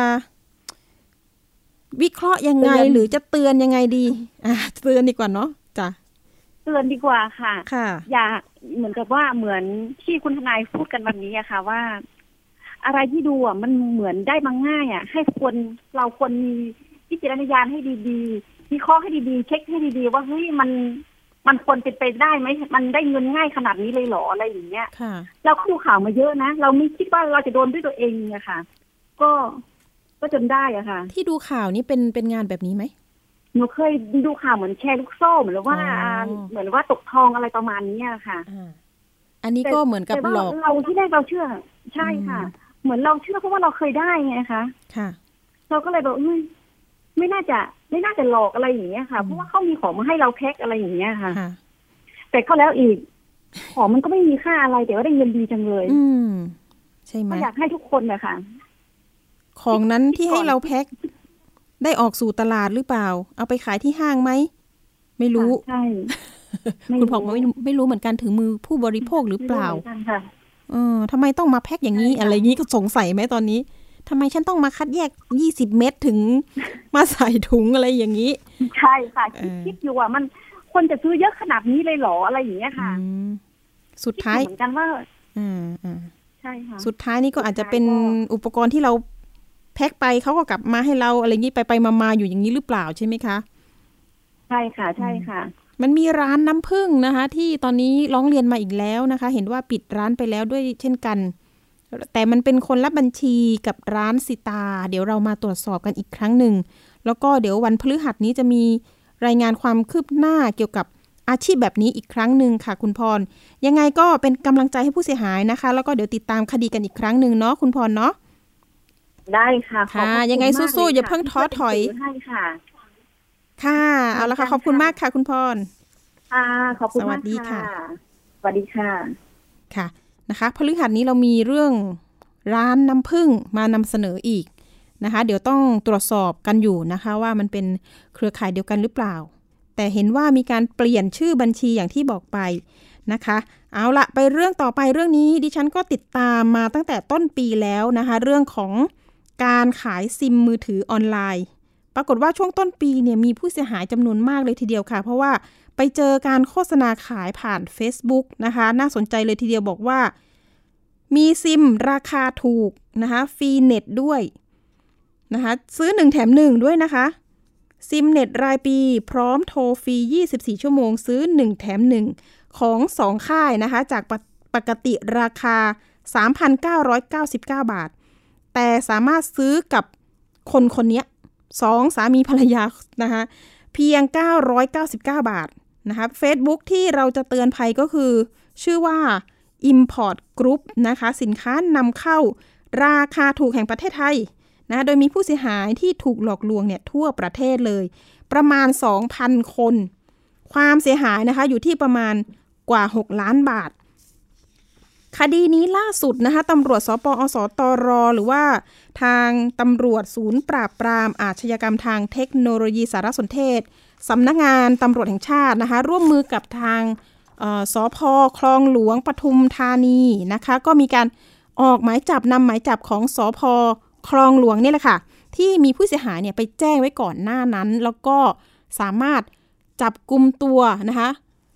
วิเคราะห์ยังไงหรือจะเตือนยังไงดีอ่ะเตือนดีกว่าเนาะจ้ะเตือนดีกว่าค่ะค่ะอยากเหมือนกับว่าเหมือนที่คุณทนายพูดกันวันนี้อะค่ะว่าอะไรที่ดูอ่ะมันเหมือนได้มาง่ายอ่ะให้คนเราควรมีวิจารณญาณให้ดีๆวิเคราะห์ให้ดีๆเช็คให้ดีๆว่าเฮ้ยมันมันควรเป็นไปได้ไหมมันได้เงินง่ายขนาดนี้เลยเหรออะไรอย่างเงี้ยเราก็ดูข่าวมาเยอะนะเราไม่คิดว่าเราจะโดนด้วยตัวเองอะค่ะก็ก็จนได้อะค่ะที่ดูข่าวนี้เป็นเป็นงานแบบนี้ไหมหนูเคยดูข่าวเหมือนแชร์ลูกโซ่เหมือนว่าเหมือนว่าตกทองอะไรประมาณนี้ค่ะอันนี้ก็เหมือนกับหลอกเราที่แรกเราเชื่อใช่ค่ะเหมือนเราเชื่อเพราะว่าเราเคยได้ไงคะค่ะเราก็เลยบอกไม่น่าจะไม่น่าจะหลอกอะไรอย่างเงี้ยค่ะเพราะว่าเขามีของมาให้เราแพ็คอะไรอย่างเงี้ยค่ะแต่ก็แล้วอีกของมันก็ไม่มีค่าอะไรแต่ว่าได้เงินดีจังเลยอืมใช่ไหมก็อยากให้ทุกคนเลยค่ะของนั้นที่ให้เราแพ็คได้ออกสู่ตลาดหรือเปล่าเอาไปขายที่ห้างไหมไม่รู้ใช่คุณพงไม่ไม่รู้เหมือนกันถึงมือผู้บริโภคหรือเปล่าเออทำไมต้องมาแพ็คอย่างนี้อะไรงี้ก็สงสัยไหมตอนนี้ทำไมฉันต้องมาคัดแยกยี่สิบเม็ดถึงมาใส่ถุงอะไรอย่างนี้ใช่ค่ะคิดอยู่ว่ามันคนจะซื้อเยอะขนาดนี้เลยเหรออะไรอย่างเงี้ยค่ะสุดท้ายเหมือนกันว่าอ่าอ่าใช่ค่ะสุดท้ายนี่ก็อาจจะเป็นอุปกรณ์ที่เราแพ็คไปเขาก็กลับมาให้เราอะไรงี้ไปไปมาๆอยู่อย่างนี้หรือเปล่าใช่ไหมคะใช่ค่ะใช่ค่ะมันมีร้านน้ำผึ้งนะคะที่ตอนนี้ร้องเรียนมาอีกแล้วนะคะเห็นว่าปิดร้านไปแล้วด้วยเช่นกันแต่มันเป็นคนละบัญชีกับร้านสิตาเดี๋ยวเรามาตรวจสอบกันอีกครั้งหนึ่งแล้วก็เดี๋ยววันพฤหัสนี้จะมีรายงานความคืบหน้าเกี่ยวกับอาชีพแบบนี้อีกครั้งหนึ่งค่ะคุณพรยังไงก็เป็นกำลังใจให้ผู้เสียหายนะคะแล้วก็เดี๋ยวติดตามคดีกันอีกครั้งหนึ่งเนาะคุณพรเนาะได้ค่ะค่ะยังไงสู้ๆอย่าเพิ่งท้อถอยให้ค่ะค่ะเอาละค่ะขอบคุณมากค่ะคุณพรค่ะขอบคุณมากสวัสดีค่ะสวัสดีค่ะค่ะนะคะพฤหัสนี้เรามีเรื่องร้านน้ำผึ้งมานำเสนออีกนะคะเดี๋ยวต้องตรวจสอบกันอยู่นะคะว่ามันเป็นเครือข่ายเดียวกันหรือเปล่าแต่เห็นว่ามีการเปลี่ยนชื่อบัญชีอย่างที่บอกไปนะคะเอาละไปเรื่องต่อไปเรื่องนี้ดิฉันก็ติดตามมาตั้งแต่ต้นปีแล้วนะคะเรื่องของการขายซิมมือถือออนไลน์ปรากฏว่าช่วงต้นปีเนี่ยมีผู้เสียหายจำนวนมากเลยทีเดียวค่ะเพราะว่าไปเจอการโฆษณาขายผ่าน Facebook นะคะน่าสนใจเลยทีเดียวบอกว่ามีซิมราคาถูกนะคะฟรีเน็ตด้วยนะคะซื้อหนึ่งแถมหนึ่งด้วยนะคะซิมเน็ตรายปีพร้อมโทรฟรียี่สิบสี่ชั่วโมงซื้อหนึ่งแถมหนึ่งของสองค่ายนะคะจากป, ปกติราคา สามพันเก้าร้อยเก้าสิบเก้า บาทแต่สามารถซื้อกับคนคนนี้สองสามีภรรยานะคะเพียงเก้าร้อยเก้าสิบเก้าบาทนะคะ Facebook ที่เราจะเตือนภัยก็คือชื่อว่า Import Group นะคะสินค้านำเข้าราคาถูกแห่งประเทศไทยนะโดยมีผู้เสียหายที่ถูกหลอกลวงเนี่ยทั่วประเทศเลยประมาณ สองพัน คนความเสียหายนะคะอยู่ที่ประมาณกว่าหกล้านบาทคดีนี้ล่าสุดนะคะตำรวจสปอสตรหรือว่าทางตำรวจศูนย์ปราบปรามอาชญากรรมทางเทคโนโลยีสารสนเทศสำนักงานตำรวจแห่งชาตินะคะร่วมมือกับทางสภ.คลองหลวงปทุมธานีนะคะก็มีการออกหมายจับนำหมายจับของสภ.คลองหลวงนี่แหละค่ะที่มีผู้เสียหายเนี่ยไปแจ้งไว้ก่อนหน้านั้นแล้วก็สามารถจับกุมตัวนะคะ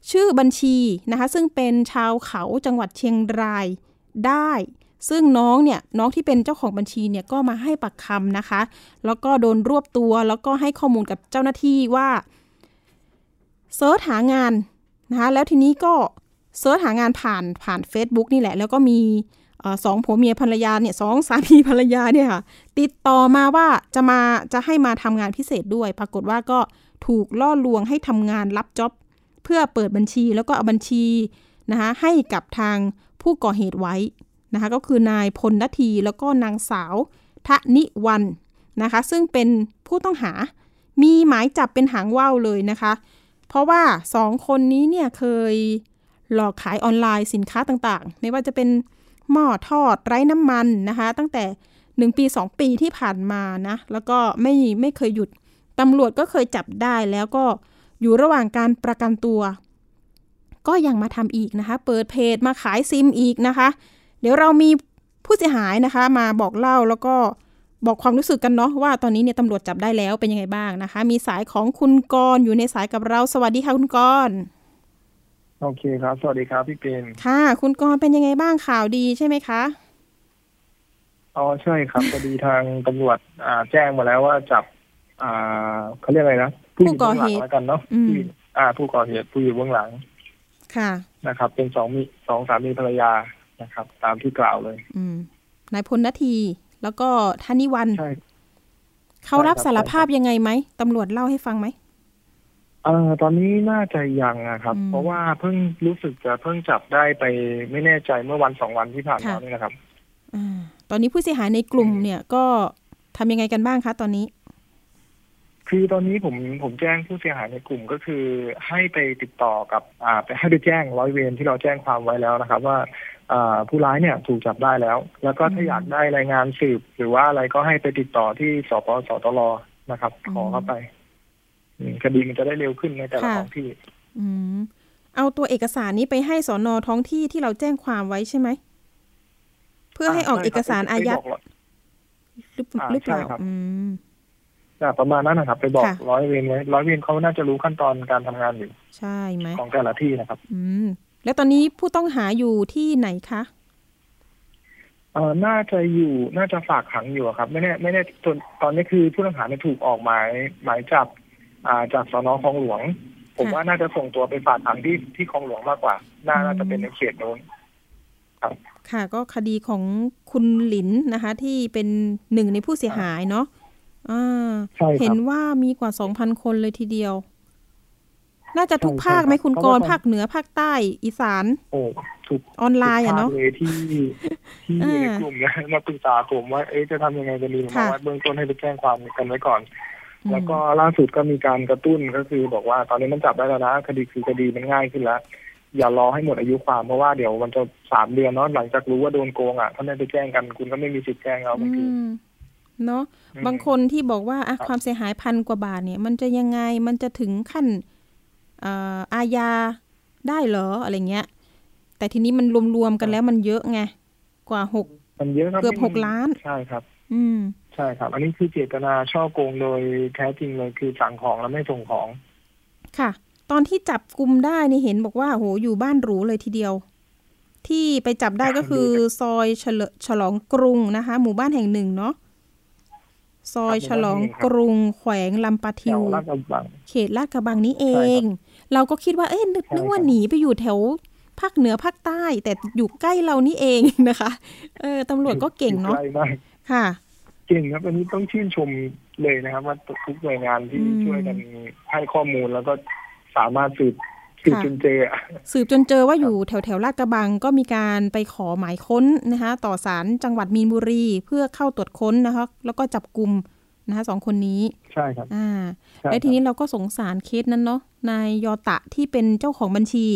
ชื่อบัญชีนะคะซึ่งเป็นชาวเขาจังหวัดเชียงรายได้ซึ่งน้องเนี่ยน้องที่เป็นเจ้าของบัญชีเนี่ยก็มาให้ปากคำนะคะแล้วก็โดนรวบตัวแล้วก็ให้ข้อมูลกับเจ้าหน้าที่ว่าเสิร์ชหางานนะคะแล้วทีนี้ก็เสิร์ชหางานผ่านผ่าน Facebook นี่แหละแล้วก็มีเอ่อสองผัวเมียภรรยาเนี่ยสองสามีภรรยาเนี่ยค่ะติดต่อมาว่าจะมาจะให้มาทำงานพิเศษด้วยปรากฏว่าก็ถูกล่อลวงให้ทำงานรับจ็อบเพื่อเปิดบัญชีแล้วก็เอาบัญชีนะคะให้กับทางผู้ก่อเหตุไว้นะคะก็คือนายพลนทีแล้วก็นางสาวทนิวันนะคะซึ่งเป็นผู้ต้องหามีหมายจับเป็นหางว่าวเลยนะคะเพราะว่าสองคนนี้เนี่ยเคยหลอกขายออนไลน์สินค้าต่างๆไม่ว่าจะเป็นหม้อทอดไร้น้ำมันนะคะตั้งแต่หนึ่งปีสองปีที่ผ่านมานะแล้วก็ไม่ไม่เคยหยุดตำรวจก็เคยจับได้แล้วก็อยู่ระหว่างการประกันตัวก็ยังมาทำอีกนะคะเปิดเพจมาขายซิมอีกนะคะเดี๋ยวเรามีผู้เสียหายนะคะมาบอกเล่าแล้วก็บอกความรู้สึกกันเนาะว่าตอนนี้เนี่ยตำรวจจับได้แล้วเป็นยังไงบ้างนะคะมีสายของคุณกรณ์อยู่ในสายกับเราสวัสดีค่ะคุณกรณ์โอเคครับสวัสดีครับพี่เป็นค่ะคุณกรณ์เป็นยังไงบ้างข่าวดีใช่ไหมคะอ๋อใช่ครับพอดีทางตำรวจอ่าแจ้งมาแล้วว่าจับอ่าเขาเรียกอะไรนะผู้ก่อเหตุแล้วกันเนาะอ่าผู้ก่อเหตุผู้อยู่เบื้องหลังค่ะนะครับเป็นสองมีสองสามีภรรยานะครับตามที่กล่าวเลยอืมนายพลนทีแล้วก็ธนิวันใช่เขารับสารภาพยังไงไหมตำรวจเล่าให้ฟังไหมเอ่อตอนนี้น่าจะยังนะครับเพราะว่าเพิ่งรู้สึกจะเพิ่งจับได้ไปไม่แน่ใจเมื่อวันสองวันที่ผ่านมานี่นะครับอ่าตอนนี้ผู้เสียหายในกลุ่มเนี่ยก็ทำยังไงกันบ้างคะตอนนี้คือตอนนี้ผมผมแจ้งผู้เสียหายในกลุ่มก็คือให้ไปติดต่อกับอ่าไปให้ไปแจ้งร้อยเวรที่เราแจ้งความไว้แล้วนะครับว่าอ่าผู้ร้ายเนี่ยถูกจับได้แล้วแล้วก็ถ้าอยากได้รายงานสืบหรือว่าอะไรก็ให้ไปติดต่อที่สปสตรนะครับขอเข้าไปคดีมันจะได้เร็วขึ้นในแต่ละท้องที่อืมเอาตัวเอกสารนี้ไปให้สน.ท้องที่ที่เราแจ้งความไว้ใช่ไหมเพื่อให้ออกเอกสารอายัดหรือหรือเปล่าอืมประมาณนั้นนะครับไปบอกร้อยเวรไว้ร้อยเวรเขาน่าจะรู้ขั้นตอนการทำงานอยู่ใช่ไหมของแต่ละที่นะครับอืมแล้วตอนนี้ผู้ต้องหาอยู่ที่ไหนคะเอ่อน่าจะอยู่น่าจะฝากขังอยู่ครับไม่แน่ไม่แน่ตอนตอนนี้คือผู้ต้องหาเนี่ยถูกออกหมายหมายจับอ่าจากสน.คลองหลวงผมว่าน่าจะส่งตัวไปฝากขังที่ที่คลองหลวงมากกว่าน่าน่าจะเป็นในเขตโน้นครับค่ะก็คดีของคุณหลินนะคะที่เป็นหนึ่งในผู้เสียหายเนาะอ่าเห็นว่ามีกว่า สองพัน คนเลยทีเดียวน่าจะทุกภาคไหมคุณกรณ์ภาคเหนือภาคใต้อีสานโอ้ทุกออนไลน์อ่ะเนาะที่ที่ในกลุ่มเนี่ยมาปรึกษาผมว่าเอ๊ะจะทำยังไงกันดีผมว่าเบื้องต้นให้ไปแจ้งความกันไว้ก่อนแล้วก็ล่าสุดก็มีการกระตุ้นก็คือบอกว่าตอนนี้มันจับได้แล้วนะคดีคือคดีมันง่ายขึ้นแล้วอย่ารอให้หมดอายุความเพราะว่าเดี๋ยวมันจะสามเดือนเนาะหลังจากรู้ว่าโดนโกงอ่ะถ้าไม่ไปแจ้งกันคุณก็ไม่มีสิทธิ์แจ้งเอาบางทีเนาะบางคนที่บอกว่าอะความเสียหายพันกว่าบาทเนี่ยมันจะยังไงมันจะถึงขั้นอ่าอาญาได้เหรออะไรเงี้ยแต่ทีนี้มันรวมๆกันแล้วมันเยอะไงกว่าหกมันเยอะเกือบหกล้านใช่ครับอืมใช่ครับอันนี้คือเจตนาช่อโกงโดยแท้จริงเลยคือสั่งของแล้วไม่ส่งของค่ะตอนที่จับกุมได้นี่เห็นบอกว่าโหอยู่บ้านหรูเลยทีเดียวที่ไปจับได้ก็คือซอยฉลองกรุงนะคะหมู่บ้านแห่งหนึ่งเนาะซอยฉลองกรุงแขวงลำปะทิวเขตลาดกระบังนี้เองเราก็คิดว่าเอ๊ะนึกว่าหนีไปอยู่แถวภาคเหนือภาคใต้แต่อยู่ใกล้เรานี่เองนะคะเออตำรวจก็เก่งเนาะค่ะเก่งครับอันนี้ต้องชื่นชมเลยนะครับว่าทุกหน่วยงานที่ช่วยกันให้ข้อมูลแล้วก็สามารถสืบสืบจนเจอสืบจนเจอว่าอยู่แถวแถวลาดกระบังก็มีการไปขอหมายค้นนะคะต่อศาลจังหวัดมีนบุรีเพื่อเข้าตรวจค้นนะคะแล้วก็จับกุมนะคะสองคนนี้ใช่ครับอ่าแล้วทีนี้เราก็สงสารเคสนั้นเนาะนายยอตะที่เป็นเจ้าของบัญชี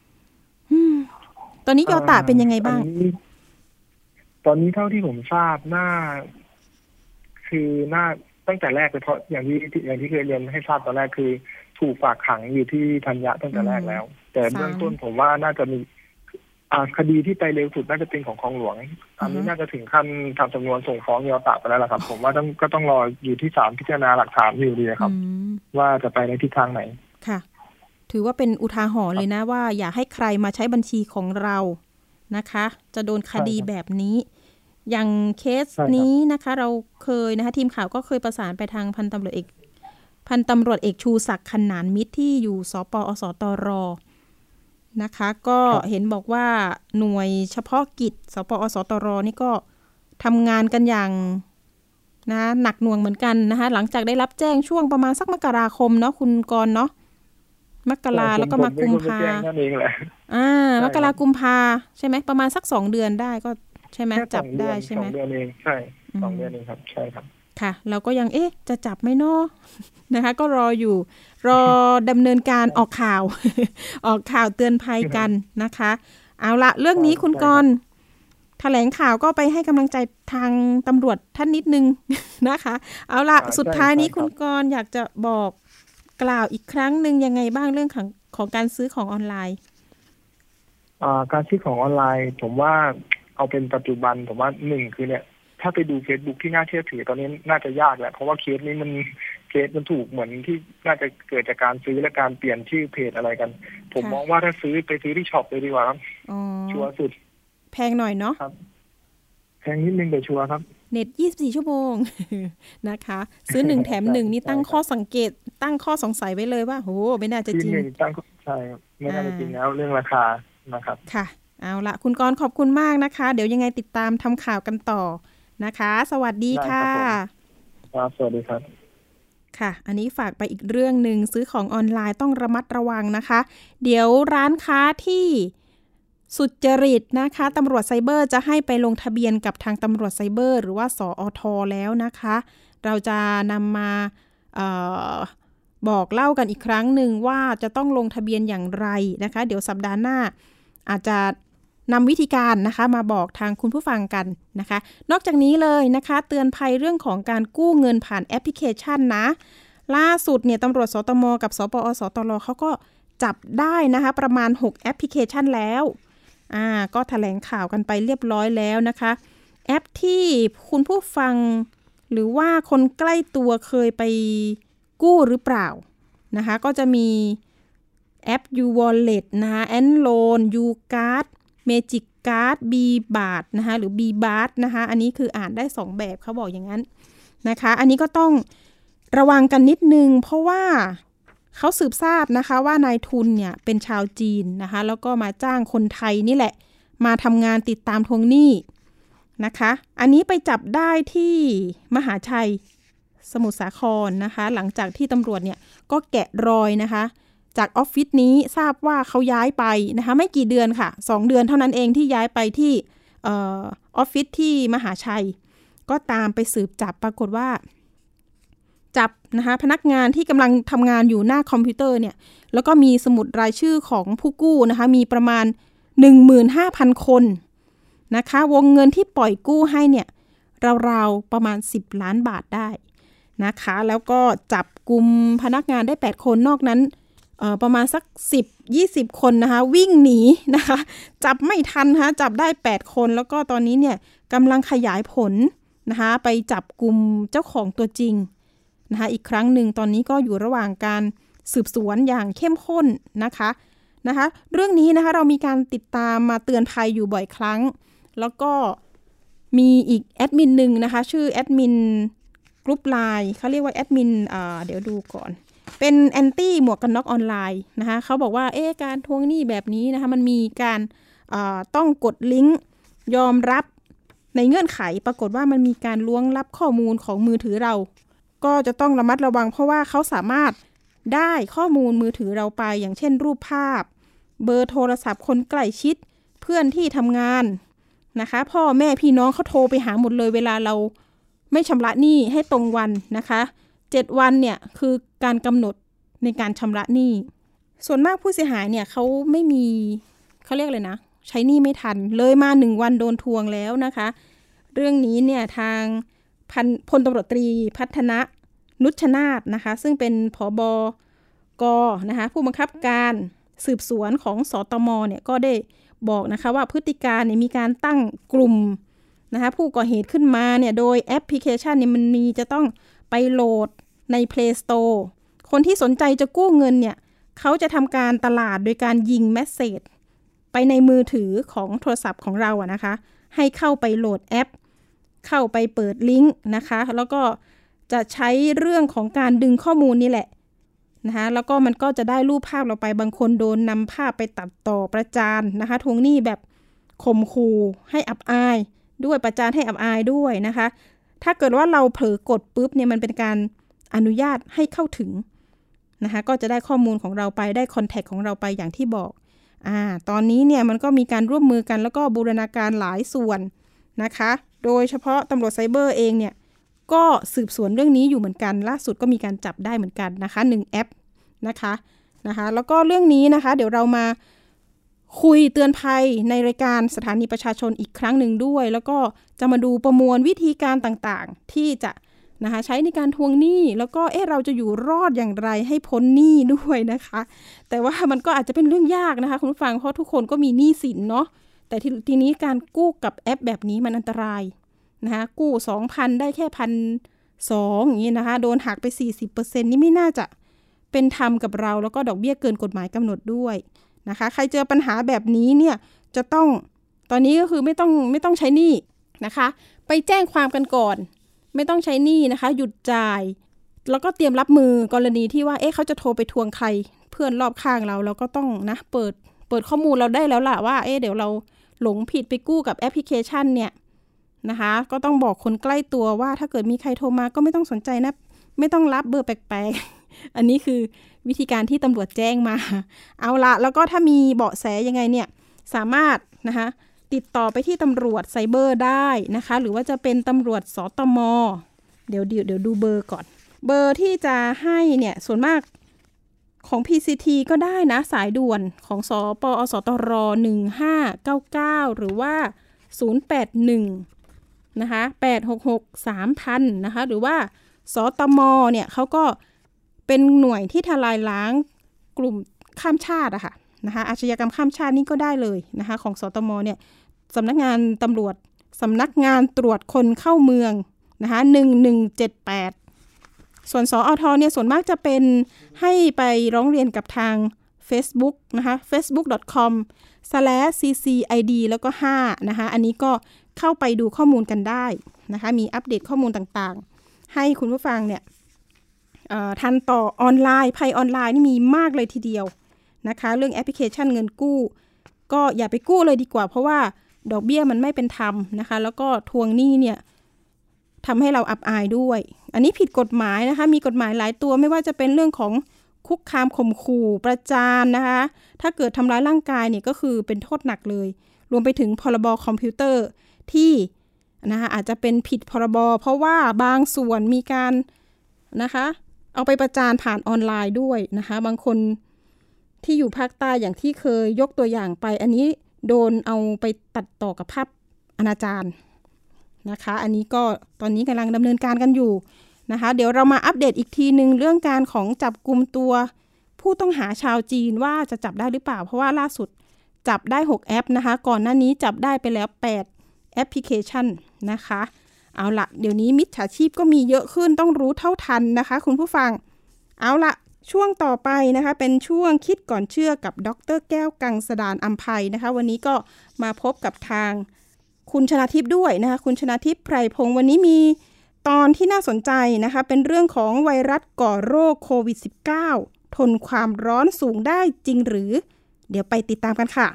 ตอนนี้ยอตะเป็นยังไงบ้างตอนนี้เท่าที่ผมทราบน่าคือน่าตั้งแต่แรกเลยเพราะอย่างที่อย่างที่เคยเรียนให้ทราบตอนแรกคือถูกฝากขังอยู่ที่ธัญญะตั้งแต่แรกแล้วแต่เบื้องต้นผมว่าน่าจะมีอ่าคดีที่ไปเร็วสุดน่าจะเป็นของคลองหลวงอันนี้น่าจะถึงขั้นทำสำนวนส่งฟ้องยอตะไปแล้วล่ะครับผมว่าต้องก็ต้องรออยู่ที่ศาลพิจารณาหลักฐานอยู่ดีครับว่าจะไปในทิศทางไหนค่ะถือว่าเป็นอุทาหรณ์เลยนะว่าอย่าให้ใครมาใช้บัญชีของเรานะคะจะโดนคดีแบบนี้อย่างเคสนี้นะคะเราเคยนะคะทีมข่าวก็เคยประสานไปทางพันตำรวจเอกพันตำรวจเอกชูศักดิ์ขนานมิตรที่อยู่สปอสตรนะคะก็เห็นบอกว่าหน่วยเฉพาะกิจสปอสตรนี่ก็ทำงานกันอย่างนะหนักหน่วงเหมือนกันนะคะหลังจากได้รับแจ้งช่วงประมาณสักมกราคมเนาะคุณกรณ์เนาะมกราแล้วก็มากุมภาอ่ามกรากุมภาใช่ไหมประมาณสักสองเดือนได้ก็ใช่ไหมจับได้ใช่ไหมสองเดือนเองใช่สองเดือนเองครับใช่ครับค่ะเราก็ยังเอ๊ะจะจับไหมเนาะนะคะก็รออยู่รอดำเนินการออกข่าว ออกข่าวเตือนภัยกันนะคะเอาละเรื่องนี้คุณกรณ์แถลงข่าวก็ไปให้กำลังใจทางตำรวจท่านนิดนึงนะคะเอาละสุดท้ายนี้คุณกรณ์อยากจะบอกกล่าวอีกครั้งหนึ่งยังไงบ้างเรื่องของของการซื้อของออนไลน์อ่าการซื้อของออนไลน์ผมว่าเอาเป็นปัจจุบันผมว่าหนึ่งคือเนี่ยถ้าไปดู Facebook ที่น่าเชื่อถือตอนนี้น่าจะยากแหละเพราะว่าเคสนี้มันเคสมันถูกเหมือนที่น่าจะเกิดจากการซื้อและการเปลี่ยนชื่อเพจอะไรกันผมมองว่าถ้าซื้อไปซื้อที่ช็อปเลยดีกว่าครับชัวร์สุดแพงหน่อยเนาะครับแพงนิดนึงแต่ชัวร์ครับเน็ตยี่สิบสี่ชั่วโมงนะคะซื้อหนึ่งแถมหนึ่งนี่ตั้งข้อสังเกตตั้งข้อสงสัยไว้เลยว่าโหไม่น่าจะจริงตั้งใช่ไม่น่าจะจริงแล้วเรื่องราคานะครับค่ะเอาละคุณกรณ์ขอบคุณมากนะคะเดี๋ยวยังไงติดตามทำข่าวกันต่อนะคะสวัสดีค่ะครับสวัสดีครับค่ะอันนี้ฝากไปอีกเรื่องนึงซื้อของออนไลน์ต้องระมัดระวังนะคะเดี๋ยวร้านค้าที่สุจริตนะคะตำรวจไซเบอร์จะให้ไปลงทะเบียนกับทางตำรวจไซเบอร์หรือว่าสอท.แล้วนะคะเราจะนำมาเอ่อบอกเล่ากันอีกครั้งหนึ่งว่าจะต้องลงทะเบียนอย่างไรนะคะเดี๋ยวสัปดาห์หน้าอาจจะนำวิธีการนะคะมาบอกทางคุณผู้ฟังกันนะคะนอกจากนี้เลยนะคะเตือนภัยเรื่องของการกู้เงินผ่านแอปพลิเคชันนะล่าสุดเนี่ยตำรวจสตม.กับสปอสตร.เขาก็จับได้นะคะประมาณหกแอปพลิเคชันแล้วอ่าก็แถลงข่าวกันไปเรียบร้อยแล้วนะคะแอปที่คุณผู้ฟังหรือว่าคนใกล้ตัวเคยไปกู้หรือเปล่านะคะก็จะมีแอป U-Wallet นะคะ Enloan U-Card Magic Card B-Bart นะคะหรือ B-Bart นะคะอันนี้คืออ่านได้สองแบบเขาบอกอย่างนั้นนะคะอันนี้ก็ต้องระวังกันนิดนึงเพราะว่าเขาสืบทราบนะคะว่านายทุนเนี่ยเป็นชาวจีนนะคะแล้วก็มาจ้างคนไทยนี่แหละมาทำงานติดตามทวงหนี้นะคะอันนี้ไปจับได้ที่มหาชัยสมุทรสาครนะคะหลังจากที่ตำรวจเนี่ยก็แกะรอยนะคะจากออฟฟิศนี้ทราบว่าเขาย้ายไปนะคะไม่กี่เดือนค่ะสองเดือนเท่านั้นเองที่ย้ายไปที่เอ่อออฟฟิศที่มหาชัยก็ตามไปสืบจับปรากฏว่าจับนะคะพนักงานที่กำลังทำงานอยู่หน้าคอมพิวเตอร์เนี่ยแล้วก็มีสมุดรายชื่อของผู้กู้นะคะมีประมาณ หนึ่งหมื่นห้าพัน คนนะคะวงเงินที่ปล่อยกู้ให้เนี่ยราวๆประมาณสิบล้านบาทได้นะคะแล้วก็จับกุมพนักงานได้แปดคนนอกนั้นเอ่อประมาณสักสิบ ยี่สิบคนนะคะวิ่งหนีนะคะจับไม่ทันนะคะจับได้แปดคนแล้วก็ตอนนี้เนี่ยกำลังขยายผลนะคะไปจับกุมเจ้าของตัวจริงนะคะอีกครั้งหนึ่งตอนนี้ก็อยู่ระหว่างการสืบสวนอย่างเข้มข้นนะคะนะคะเรื่องนี้นะคะเรามีการติดตามมาเตือนภัยอยู่บ่อยครั้งแล้วก็มีอีกแอดมินหนึ่งนะคะชื่อแอดมินกรุ๊ปไลน์เขาเรียกว่าแอดมินอ่าเดี๋ยวดูก่อนเป็นแอนตี้หมวกกันน็อกออนไลน์นะคะเขาบอกว่าเอ๊ะการทวงหนี้แบบนี้นะคะมันมีการอ่าต้องกดลิงก์ยอมรับในเงื่อนไขปรากฏว่ามันมีการล้วงลับข้อมูลของมือถือเราก็จะต้องระมัดระวังเพราะว่าเขาสามารถได้ข้อมูลมือถือเราไปอย่างเช่นรูปภาพเบอร์โทรศัพท์คนใกล้ชิดเพื่อนที่ทำงานนะคะพ่อแม่พี่น้องเขาโทรไปหาหมดเลยเวลาเราไม่ชำระหนี้ให้ตรงวันนะคะเจ็ดวันเนี่ยคือการกำหนดในการชำระหนี้ส่วนมากผู้เสียหายเนี่ยเขาไม่มีเขาเรียกเลยนะใช้หนี้ไม่ทันเลยมาหนึ่งวันโดนทวงแล้วนะคะเรื่องนี้เนี่ยทางพันพลตำรวจตรีพัฒนะนุชนาถนะคะซึ่งเป็นผบ.ก.นะคะผู้บังคับการสืบสวนของสตม.เนี่ยก็ได้บอกนะคะว่าพฤติการเนี่ยมีการตั้งกลุ่มนะคะผู้ก่อเหตุขึ้นมาเนี่ยโดยแอปพลิเคชันเนี่ยมันมีจะต้องไปโหลดใน Play Store คนที่สนใจจะกู้เงินเนี่ยเขาจะทำการตลาดโดยการยิงเมสเสจไปในมือถือของโทรศัพท์ของเราอะนะคะให้เข้าไปโหลดแอปเข้าไปเปิดลิงก์นะคะแล้วก็จะใช้เรื่องของการดึงข้อมูลนี่แหละนะคะแล้วก็มันก็จะได้รูปภาพเราไปบางคนโดนนำภาพไปตัดต่อประจานนะคะทวงหนี้แบบข่มขู่ให้อับอายด้วยประจานให้อับอายด้วยนะคะถ้าเกิดว่าเราเผลอกดปุ๊บเนี่ยมันเป็นการอนุญาตให้เข้าถึงนะคะก็จะได้ข้อมูลของเราไปได้คอนแทคของเราไปอย่างที่บอกอ่าตอนนี้เนี่ยมันก็มีการร่วมมือกันแล้วก็บูรณาการหลายส่วนนะคะโดยเฉพาะตำรวจไซเบอร์เองเนี่ยก็สืบสวนเรื่องนี้อยู่เหมือนกันล่าสุดก็มีการจับได้เหมือนกันนะคะหนึ่งแอปนะคะนะคะแล้วก็เรื่องนี้นะคะเดี๋ยวเรามาคุยเตือนภัยในรายการสถานีประชาชนอีกครั้งหนึ่งด้วยแล้วก็จะมาดูประมวลวิธีการต่างๆที่จะนะคะใช้ในการทวงหนี้แล้วก็เอ๊ะเราจะอยู่รอดอย่างไรให้พ้นหนี้ด้วยนะคะแต่ว่ามันก็อาจจะเป็นเรื่องยากนะคะคุณผู้ฟังเพราะทุกคนก็มีหนี้สินเนาะแต่ทีทีนี้การกู้กับแอปแบบนี้มันอันตรายนะคะกู้ สองพัน ได้แค่ หนึ่งพันสองร้อย อย่างนี้นะคะโดนหักไป สี่สิบเปอร์เซ็นต์ นี่ไม่น่าจะเป็นธรรมกับเราแล้วก็ดอกเบี้ยเกินกฎหมายกำหนดด้วยนะคะใครเจอปัญหาแบบนี้เนี่ยจะต้องตอนนี้ก็คือไม่ต้องไม่ต้องใช้หนี้นะคะไปแจ้งความกันก่อนไม่ต้องใช้หนี้นะคะหยุดจ่ายแล้วก็เตรียมรับมือกรณีที่ว่าเอ๊ะเขาจะโทรไปทวงใครเพื่อนรอบข้างเราเราก็ต้องนะเปิดเปิดข้อมูลเราได้แล้วล่ะว่าเอ๊ะเดี๋ยวเราหลงผิดไปกู้กับแอปพลิเคชันเนี่ยนะคะก็ต้องบอกคนใกล้ตัวว่าถ้าเกิดมีใครโทรมาก็ไม่ต้องสนใจนะไม่ต้องรับเบอร์แปลกๆอันนี้คือวิธีการที่ตำรวจแจ้งมาเอาละแล้วก็ถ้ามีเบาะแสยังไงเนี่ยสามารถนะคะติดต่อไปที่ตำรวจไซเบอร์ได้นะคะหรือว่าจะเป็นตำรวจสตม.เดี๋ยวเดี๋ยวเดี๋ยวดูเบอร์ก่อนเบอร์ที่จะให้เนี่ยส่วนมากของ พี ซี ที ก็ได้นะสายด่วนของสปอสตรหนึ่งห้าเก้าเก้าหรือว่าศูนย์แปดหนึ่งนะคะแปดหกหก สามพันนะคะหรือว่าสตม.เนี่ยเขาก็เป็นหน่วยที่ทลายล้างกลุ่มข้ามชาติอะค่ะนะคะอาชญากรรมข้ามชาตินี่ก็ได้เลยนะคะของสตม.เนี่ยสำนักงานตำรวจสำนักงานตรวจคนเข้าเมืองนะคะหนึ่งหนึ่งเจ็ดแปดส่วนสอทเนี่ยส่วนมากจะเป็นให้ไปร้องเรียนกับทาง Facebook นะคะ เฟซบุ๊ก ดอท คอม สแลช ซี ซี ไอ ดี แล้วก็ห้านะคะอันนี้ก็เข้าไปดูข้อมูลกันได้นะคะมีอัปเดตข้อมูลต่างๆให้คุณผู้ฟังเนี่ยทันต่อออนไลน์ภัยออนไลน์นี่มีมากเลยทีเดียวนะคะเรื่องแอปพลิเคชันเงินกู้ก็อย่าไปกู้เลยดีกว่าเพราะว่าดอกเบี้ยมันไม่เป็นธรรมนะคะแล้วก็ทวงหนี้เนี่ยทำให้เราอับอายด้วยอันนี้ผิดกฎหมายนะคะมีกฎหมายหลายตัวไม่ว่าจะเป็นเรื่องของคุกคามข่มขู่ประจานนะคะถ้าเกิดทำร้ายร่างกายเนี่ยก็คือเป็นโทษหนักเลยรวมไปถึงพรบคอมพิวเตอร์ที่นะคะอาจจะเป็นผิดพรบเพราะว่าบางส่วนมีการนะคะเอาไปประจานผ่านออนไลน์ด้วยนะคะบางคนที่อยู่ภาคใต้อย่างที่เคยยกตัวอย่างไปอันนี้โดนเอาไปตัดต่อกับภาพอนาจารนะคะอันนี้ก็ตอนนี้กำลังดำเนินการกันอยู่นะคะเดี๋ยวเรามาอัปเดตอีกทีนึงเรื่องการของจับกุมตัวผู้ต้องหาชาวจีนว่าจะจับได้หรือเปล่าเพราะว่าล่าสุดจับได้หกแอปนะคะก่อนหน้านี้จับได้ไปแล้วแปดแอปพลิเคชันนะคะเอาละเดี๋ยวนี้มิจฉาชีพก็มีเยอะขึ้นต้องรู้เท่าทันนะคะคุณผู้ฟังเอาละช่วงต่อไปนะคะเป็นช่วงคิดก่อนเชื่อกับดร.แก้วกังสดาลอำไพนะคะวันนี้ก็มาพบกับทางคุณชนาทิพย์ด้วยนะคะคุณชนาทิพย์ไพรพงศ์วันนี้มีตอนที่น่าสนใจนะคะเป็นเรื่องของไวรัสก่อโรคโควิด สิบเก้า ทนความร้อนสูงได้จริงหรือเดี๋ยวไปติดตามกันค่ะ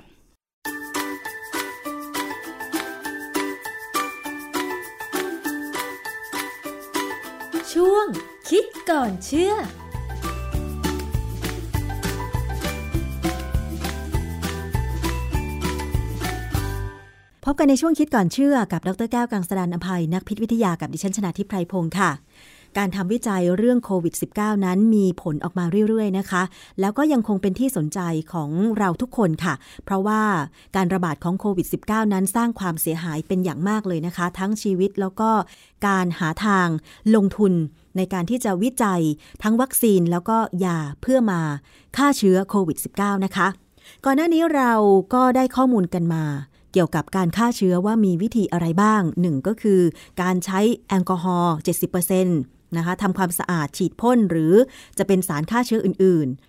ช่วงคิดก่อนเชื่อพบกันในช่วงคิดก่อนเชื่อกับดร.แก้วกังสดาลอำไพนักพิษวิทยากับดิฉันชนาทิพย์ไพรพงศ์ค่ะการทำวิจัยเรื่องโควิด สิบเก้า นั้นมีผลออกมาเรื่อยๆนะคะแล้วก็ยังคงเป็นที่สนใจของเราทุกคนค่ะเพราะว่าการระบาดของโควิด สิบเก้า นั้นสร้างความเสียหายเป็นอย่างมากเลยนะคะทั้งชีวิตแล้วก็การหาทางลงทุนในการที่จะวิจัยทั้งวัคซีนแล้วก็ยาเพื่อมาฆ่าเชื้อโควิด สิบเก้า นะคะก่อนหน้านี้เราก็ได้ข้อมูลกันมาเกี่ยวกับการฆ่าเชื้อว่ามีวิธีอะไรบ้างหนึ่งก็คือการใช้แอลกอฮอล์ เจ็ดสิบเปอร์เซ็นต์ นะคะทำความสะอาดฉีดพ่นหรือจะเป็นสารฆ่าเชื้ออื่นๆ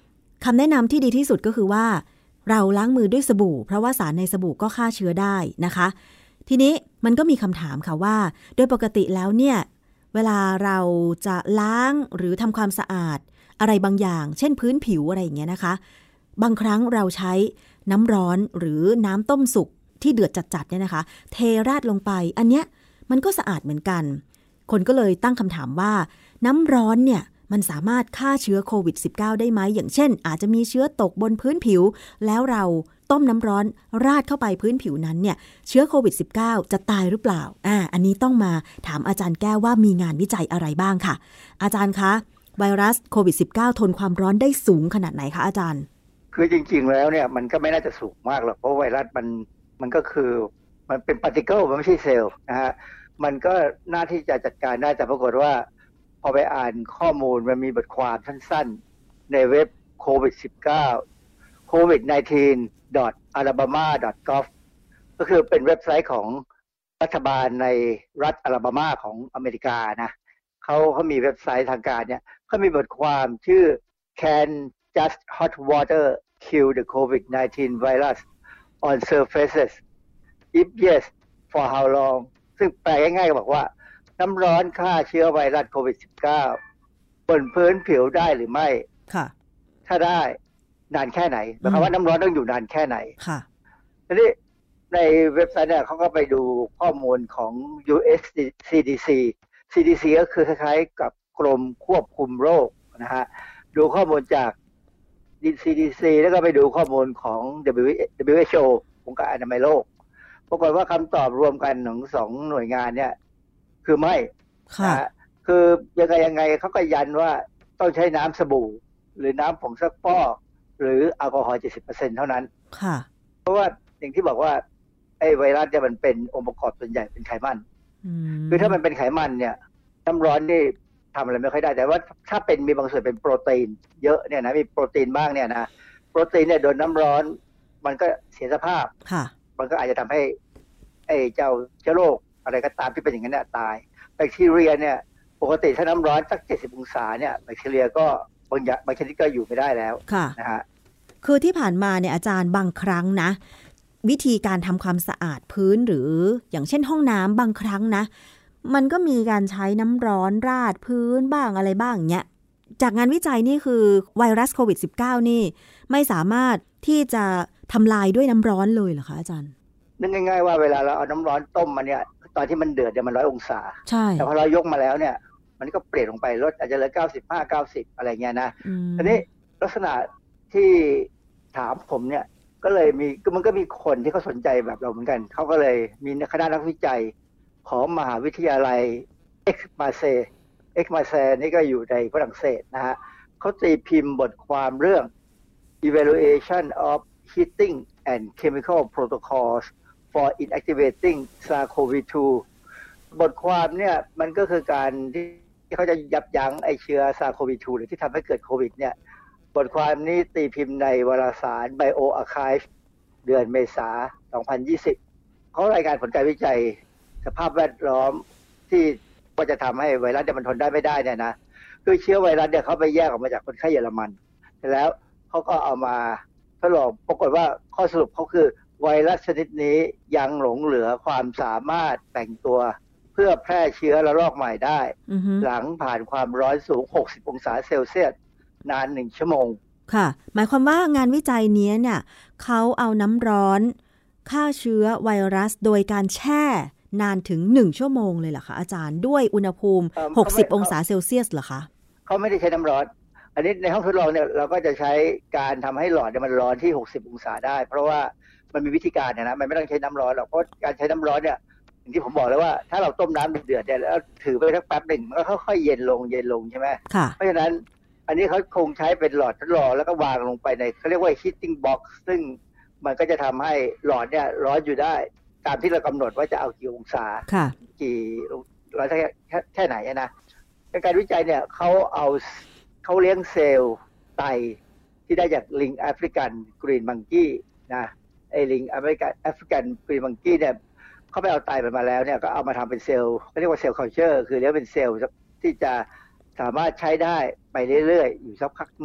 คำแนะนำที่ดีที่สุดก็คือว่าเราล้างมือด้วยสบู่เพราะว่าสารในสบู่ก็ฆ่าเชื้อได้นะคะทีนี้มันก็มีคำถามค่ะว่าโดยปกติแล้วเนี่ยเวลาเราจะล้างหรือทำความสะอาดอะไรบางอย่างเช่นพื้นผิวอะไรอย่างเงี้ยนะคะบางครั้งเราใช้น้ำร้อนหรือน้ำต้มสุกที่เดือดจัดๆเนี่ยนะคะเทราดลงไปอันเนี้ยมันก็สะอาดเหมือนกันคนก็เลยตั้งคำถามว่าน้ำร้อนเนี่ยมันสามารถฆ่าเชื้อโควิด สิบเก้า ได้ไหมอย่างเช่นอาจจะมีเชื้อตกบนพื้นผิวแล้วเราต้มน้ำร้อนราดเข้าไปพื้นผิวนั้นเนี่ยเชื้อโควิด สิบเก้า จะตายหรือเปล่าอ่าอันนี้ต้องมาถามอาจารย์แก้วว่ามีงานวิจัยอะไรบ้างค่ะอาจารย์คะไวรัสโควิด สิบเก้า ทนความร้อนได้สูงขนาดไหนคะอาจารย์คือจริงๆแล้วเนี่ยมันก็ไม่น่าจะสูงมากหรอกเพราะไวรัสมันมันก็คือมันเป็นพาร์ติเคิลมันไม่ใช่เซลล์นะฮะมันก็น่าที่จะจัดการได้แต่ปรากฏว่าพอไปอ่านข้อมูลมันมีบทความสั้นๆในเว็บโควิด สิบเก้า โควิด สิบเก้า ดอท อลาบามา ดอท กอฟ ก็คือเป็นเว็บไซต์ของรัฐบาลในรัฐอลาบามาของอเมริกานะเขาเขามีเว็บไซต์ทางการเนี่ยเขามีบทความชื่อ Can just hot water kill the โควิด สิบเก้า virus on surfaces if yes for how long ซึ่งแปลง่ายๆก็บอกว่าน้ำร้อนฆ่าเชื้อไวรัสโควิด สิบเก้า บนพื้นผิวได้หรือไม่ค่ะถ้าได้นานแค่ไหนหมายความว่าน้ำร้อนต้องอยู่นานแค่ไหนค่ะทีนี้ในเว็บไซต์เนี่ยเขาก็ไปดูข้อมูลของ ยู เอส ซี ดี ซี ซี ดี ซี ก็คือคล้ายๆกับกรมควบคุมโรคนะฮะดูข้อมูลจาก ซี ดี ซี แล้วก็ไปดูข้อมูลของ ดับเบิลยู เอช โอ องค์การอนามัยโลกปรากฏว่าคำตอบรวมกันของสองหน่วยงานเนี่ยคือไม่ค่ะคือยังไงยังไงเขาก็ยันว่าต้องใช้น้ำสบู่หรือน้ำผงซักฟอกหรือแอลกอฮอล์ เจ็ดสิบเปอร์เซ็นต์ เท่านั้นค่ะเพราะว่าอย่างที่บอกว่าไอ้ไวรัสเนี่ยมันเป็นองค์ประกอบส่วนใหญ่เป็นไขมันคือถ้ามันเป็นไขมันเนี่ยน้ำร้อนนี่ทำอะไรไม่ค่อยได้แต่ว่าถ้าเป็นมีบางส่วนเป็นโปรตีนเยอะเนี่ยนะมีโปรตีนบ้างเนี่ยนะโปรตีนเนี่ยโดนน้ำร้อนมันก็เสียสภาพค่ะมันก็อาจจะทำให้ไอ้เจ้าเชื้อโรคอะไรก็ตามที่เป็นอย่างนั้นเนี่ยตายแบคทีเรียเนี่ยปกติถ้าน้ำร้อนสักเจ็ดสิบองศาเนี่ยแบคทีเรียก็บางอย่างบางชนิดก็อยู่ไม่ได้แล้วนะฮะคือที่ผ่านมาเนี่ยอาจารย์บางครั้งนะวิธีการทำความสะอาดพื้นหรืออย่างเช่นห้องน้ำบางครั้งนะมันก็มีการใช้น้ำร้อนราดพื้นบ้างอะไรบ้างเงี้ยจากงานวิจัยนี่คือไวรัสโควิด สิบเก้า นี่ไม่สามารถที่จะทำลายด้วยน้ำร้อนเลยเหรอคะอาจารย์นึกง่ายๆว่าเวลาเราเอาน้ำร้อนต้มมันเนี่ยตอนที่มันเดือดเนี่ยมันร้อยองศาใช่แต่พอเรายกมาแล้วเนี่ยมันก็เปลี่ยนลงไปลดอาจจะเหลือเก้าสิบห้า เก้าสิบอะไรเงี้ยนะทีนี้ลักษณะที่ถามผมเนี่ยก็เลยมีมันก็มีคนที่เขาสนใจแบบเราเหมือนกันเขาก็เลยมีคณะนักวิจัยของมหาวิทยาลัยเอ็กซ์มาเซเอ็กซ์มาเซนี่ก็อยู่ในฝรั่งเศสนะฮะเขาตีพิมพ์บทความเรื่อง Evaluation of Heating and Chemical Protocols for Inactivating ซาร์โควี ทู บทความเนี่ยมันก็คือการที่เขาจะยับยั้งไอเชื้อ ซาร์โควี ทู หรือที่ทำให้เกิดโควิดเนี่ยบทความนี้ตีพิมพ์ในวารสาร BioArchive เดือนเมษายน สองพันยี่สิบ เขารายงานผลการวิจัยสภาพแวดล้อมที่ก็จะทำให้ไวรัสเนี่ยมันทนได้ไม่ได้เนี่ยนะคือเชื้อไวรัสเนี่ยเขาไปแยกออกมาจากคนไข้เยอรมันแล้วเขาก็เอามาทดลองปรากฏว่าข้อสรุปเขาคือไวรัสชนิดนี้ยังหลงเหลือความสามารถแต่งตัวเพื่อแพร่เชื้อระลอกใหม่ได้ uh-huh. หลังผ่านความร้อนสูงหกสิบองศาเซลเซียสนานหนึ่งชั่วโมงค่ะหมายความว่างานวิจัยนี้เนี่ยเขาเอาน้ำร้อนฆ่าเชื้อไวรัสโดยการแช่นานถึงหนึ่งชั่วโมงเลยเหรอคะอาจารย์ด้วยอุณหภูมิหกสิบองศาเซลเซียสเหรอคะเขาไม่ได้ใช้น้ำร้อนอันนี้ในห้องทดลองเนี่ยเราก็จะใช้การทำให้หลอดเนี่ยมันร้อนที่หกสิบองศาได้เพราะว่ามันมีวิธีการเนี่ยนะมันไม่ต้องใช้น้ำร้อนหรอกเพราะการใช้น้ำร้อนเนี่ยอย่างที่ผมบอกแล้วว่าถ้าเราต้มน้ำเดือดเนี่ยแล้วถือไปสักแป๊บหนึ่งมันก็ค่อยๆเย็นลงเย็นลงใช่ไหมเพราะฉะนั้นอันนี้เขาคงใช้เป็นหลอดทดลองแล้วก็วางลงไปในเขาเรียกว่า heating box ซึ่งมันก็จะทำให้หลอดเนี่ยร้อนอยู่ได้ตามที่เรากำหนดว่าจะเอากี่องศากี่ร้อนแค่แค่ไหนนะในการวิจัยเนี่ยเขาเอาเขาเลี้ยงเซลล์ไตที่ได้จากลิงแอฟริกันกรีนมังกี้นะไอ้ลิงแอฟริกันแอฟริกันกรีนมังกี้เนี่ยเขาไปเอาไตมันมาแล้วเนี่ยก็เอามาทำเป็นเซลล์เขาเรียกว่าเซลล์คัลเจอร์คือเรียกเป็นเซลล์ที่จะสามารถใช้ได้ไปเรื่อยๆอยู่สักพักหนึ่ง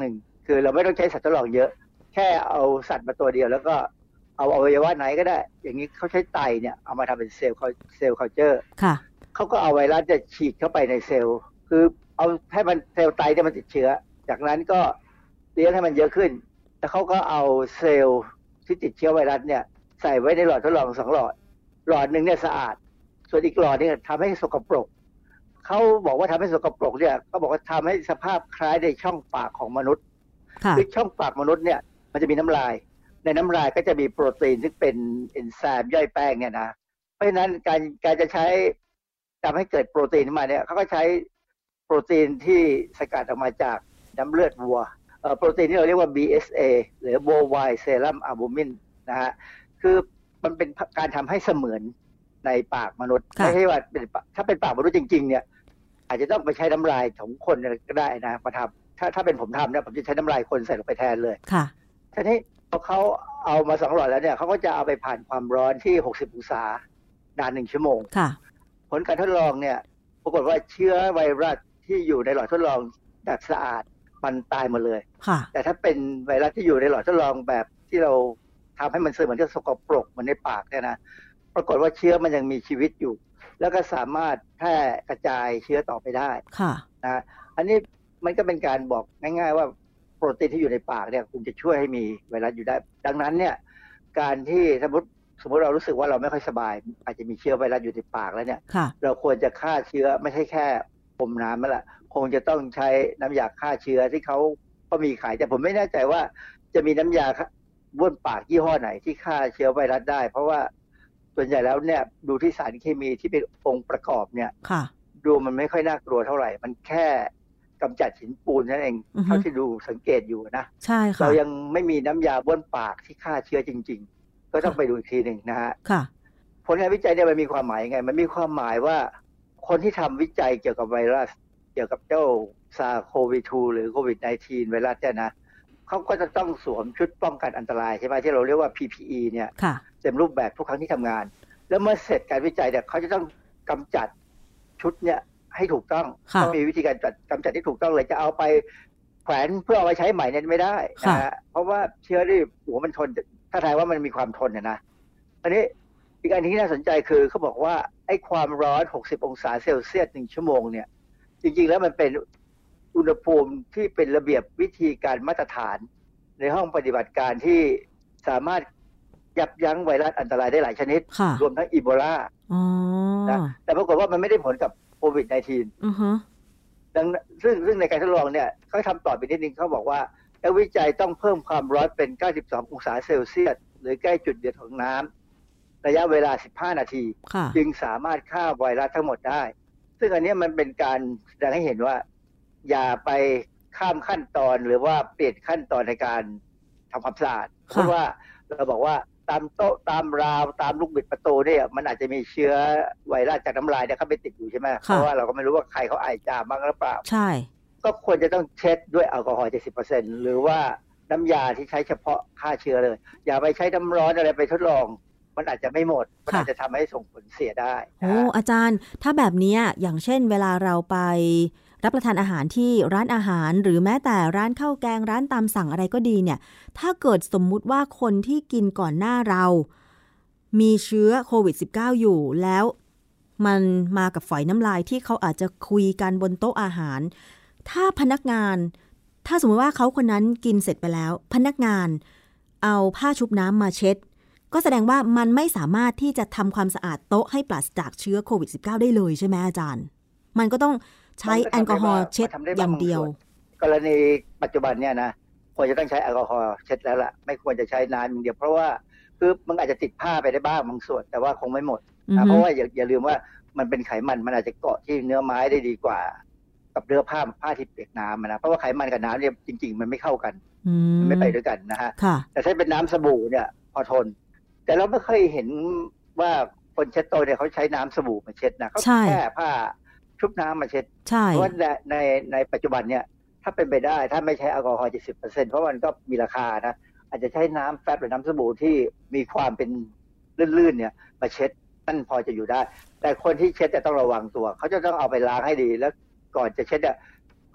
คือเราไม่ต้องใช้สัตว์ทดลองเยอะแค่เอาสัตว์มาตัวเดียวแล้วก็เอาอวัยวะไหนก็ได้อย่างนี้เขาใช้ไตเนี่ยเอามาทำเป็นเซลล์เซลล์คัลเจอร์เขาก็เอาไวรัสจะฉีดเข้าไปในเซลล์คือเอาให้มันเซลล์ไตเนี่ยมันติดเชื้อจากนั้นก็เลี้ยงให้มันเยอะขึ้นแล้วเขาก็เอาเซลล์ที่ติดเชื้อไวรัสเนี่ยใส่ไว้ในหลอดทดลองสองหลอดหลอดหนึ่งเนี่ยสะอาดส่วนอีกหลอดเนี่ยทำให้สกปรกเขาบอกว่าทำให้สกปรกเนี่ยเขาบอกว่าทำให้สภาพคล้ายในช่องปากของมนุษย์คือช่องปากมนุษย์เนี่ยมันจะมีน้ำลายในน้ำลายก็จะมีโปรตีนซึ่งเป็นเอนไซม์ย่อยแป้งเนี่ยนะเพราะฉะนั้นการการจะใช้ทำให้เกิดโปรตีนขึ้นมาเนี่ยเขาก็ใช้โปรตีนที่สกัดออกมาจากน้ำเลือดวัวโปรตีนที่เราเรียกว่า บี เอส เอ หรือ bovine serum albumin นะฮะคือมันเป็นการทำให้เสมือนในปากมนุษย์ไม่ใช่ว่าเป็นถ้าเป็นปากมนุษย์จริงๆเนี่ยอาจจะต้องไปใช้น้ำลายของคนก็ได้นะมาทำถ้าถ้าเป็นผมทำเนี่ยผมจะใช้น้ำลายคนใส่ลงไปแทนเลยค่ะทีนี้พอเขาเอามาสองหลอดแล้วเนี่ยเขาก็จะเอาไปผ่านความร้อนที่หกสิบองศานานหนึ่งชั่วโมงค่ะผลการทดลองเนี่ยปรากฏว่าเชื้อไวรัสที่อยู่ในหลอดทดลองแบบสะอาดมันตายหมดเลยค่ะแต่ถ้าเป็นไวรัสที่อยู่ในหลอดทดลองแบบที่เราทำให้มันเสื่อมเหมือนกับสกปรกเหมือนในปากเนี่ยนะปรากฏว่าเชื้อมันยังมีชีวิตอยู่แล้วก็สามารถแพร่กระจายเชื้อต่อไปได้ค่ะนะอันนี้มันก็เป็นการบอกง่ายๆว่าโปรตีนที่อยู่ในปากเนี่ยคงจะช่วยให้มีไวรัสอยู่ได้ดังนั้นเนี่ยการที่สมมติสมมติเรารู้สึกว่าเราไม่ค่อยสบายอาจจะมีเชื้อไวรัสอยู่ในปากแล้วเนี่ยเราควรจะฆ่าเชื้อไม่ใช่แค่พรมน้ำนั่นแหละคงจะต้องใช้น้ำยาฆ่าเชื้อที่เขาก็มีขายแต่ผมไม่แน่ใจว่าจะมีน้ำยาบ้วนปากยี่ห้อไหนที่ฆ่าเชื้อไวรัสได้เพราะว่าส่วนใหญ่แล้วเนี่ยดูที่สารเคมีที่เป็นองค์ประกอบเนี่ยดูมันไม่ค่อยน่ากลัวเท่าไหร่มันแค่กำจัดหินปูนนั่นเองเท่าที่ดูสังเกตอยู่นะใช่ค่ะเรายังไม่มีน้ำยาบ้วนปากที่ฆ่าเชื้อจริงๆก็ต้องไปดูอีกทีหนึ่งนะฮะผลงานวิจัยเนี่ยมันมีความหมายยังไงมันมีความหมายว่าคนที่ทำวิจัยเกี่ยวกับไวรัสเกี่ยวกับเจ้าซาร์โควีทูหรือโควิด สิบเก้า ไวรัสเนี่ยนะเขาก็จะต้องสวมชุดป้องกันอันตรายใช่ไหมที่เราเรียกว่า พี พี อี เนี่ยเต็มรูปแบบทุกครั้งที่ทำงานแล้วเมื่อเสร็จการวิจัยเนี่ยเขาจะต้องกำจัดชุดเนี่ยให้ถูกต้องต้องมีวิธีการจัดกำจัดที่ถูกต้องเลยจะเอาไปแขวนเพื่อเอาไว้ใช้ใหม่เนี่ยไม่ได้นะฮะเพราะว่าเชื้อที่หัวมันทนถ้าทายว่ามันมีความทนเนี่ยนะอันนี้อีกอันที่น่าสนใจคือเขาบอกว่าไอ้ความร้อนหกสิบองศาเซลเซียสหนึ่งชั่วโมงเนี่ยจริงๆแล้วมันเป็นอุณหภูมิที่เป็นระเบียบวิธีการมาตรฐานในห้องปฏิบัติการที่สามารถยับยั้งไวรัสอันตรายได้หลายชนิดรวมทั้งอีโบลานะแต่ปรากฏว่ามันไม่ได้ผลกับโควิด สิบเก้า อือฮะดังซึ่งซึ่งในการทดลองเนี่ยเขาทำต่อไปนิดนึงเขาบอกว่านักวิจัยต้องเพิ่มความร้อนเป็นเก้าสิบสององศาเซลเซียสหรือใกล้จุดเดือดของน้ำระยะเวลาสิบห้านาทีจึงสามารถฆ่าไวรัสทั้งหมดได้ซึ่งอันนี้มันเป็นการแสดงให้เห็นว่าอย่าไปข้ามขั้นตอนหรือว่าเปลี่ยนขั้นตอนในการทำความสะอาดเพราะว่าเราบอกว่าตามโต๊ะตามราวตามลูกบิดประตูเนี่ยมันอาจจะมีเชื้อไวรัสจากน้ำลายเนี่ยเข้าไปติดอยู่ใช่ไหมเพราะว่าเราก็ไม่รู้ว่าใครเขาไอจามบ้างหรือเปล่าใช่ก็ควรจะต้องเช็ดด้วยแอลกอฮอล์ เจ็ดสิบเปอร์เซ็นต์ หรือว่าน้ำยาที่ใช้เฉพาะฆ่าเชื้อเลยอย่าไปใช้น้ำร้อนอะไรไปทดลองมันอาจจะไม่หมดมันอาจจะทำให้ส่งผลเสียได้โอ้อาจารย์ถ้าแบบนี้อย่างเช่นเวลาเราไปรับประทานอาหารที่ร้านอาหารหรือแม้แต่ร้านข้าวแกงร้านตามสั่งอะไรก็ดีเนี่ยถ้าเกิดสมมุติว่าคนที่กินก่อนหน้าเรามีเชื้อโควิด สิบเก้า อยู่แล้วมันมากับฝอยน้ำลายที่เขาอาจจะคุยกันบนโต๊ะอาหารถ้าพนักงานถ้าสมมติว่าเขาคนนั้นกินเสร็จไปแล้วพนักงานเอาผ้าชุบน้ำมาเช็ดก็แสดงว่ามันไม่สามารถที่จะทำความสะอาดโต๊ะให้ปราศจากเชื้อโควิด สิบเก้า ได้เลยใช่ไหมอาจารย์มันก็ต้องใช้แอลกอฮอล์เช็ดอย่างเดียวกรณีปัจจุบันเนี่ยนะควรจะต้องใช้แอลกอฮอล์เช็ดแล้วล่ะไม่ควรจะใช้น้ำอย่างเดียวเพราะว่าคือมันอาจจะติดผ้าไปได้บ้างบางส่วนแต่ว่าคงไม่หมดนะเพราะว่าอย่าอย่าลืมว่ามันเป็นไขมันมันอาจจะเกาะที่เนื้อไม้ได้ดีกว่ากับเนื้อผ้าผ้าที่เปียกน้ำนะเพราะว่าไขมันกับน้ำเนี่ยจริงๆมันไม่เข้ากันมันไม่ไปด้วยกันนะฮะแต่ถ้าเป็นน้ำสบู่เนี่ยพอทนแต่เราไม่เคยเห็นว่าคนเช็ดโต๊ะเนี่ยเขาใช้น้ำสบู่มาเช็ดนะเขาแค่ผ้าชุบน้ำมาเช็ดเพราะว่าในในปัจจุบันเนี่ยถ้าเป็นไปได้ถ้าไม่ใช้แอลกอฮอล์ เจ็ดสิบเปอร์เซ็นต์ เพราะมันก็มีราคานะอาจจะใช้น้ำแฟบหรือน้ำสบู่ที่มีความเป็นลื่นๆเนี่ยมาเช็ดนั่นพอจะอยู่ได้แต่คนที่เช็ดจะต้องระวังตัวเขาจะต้องเอาไปล้างให้ดีแล้วก่อนจะเช็ดเนี่ยเ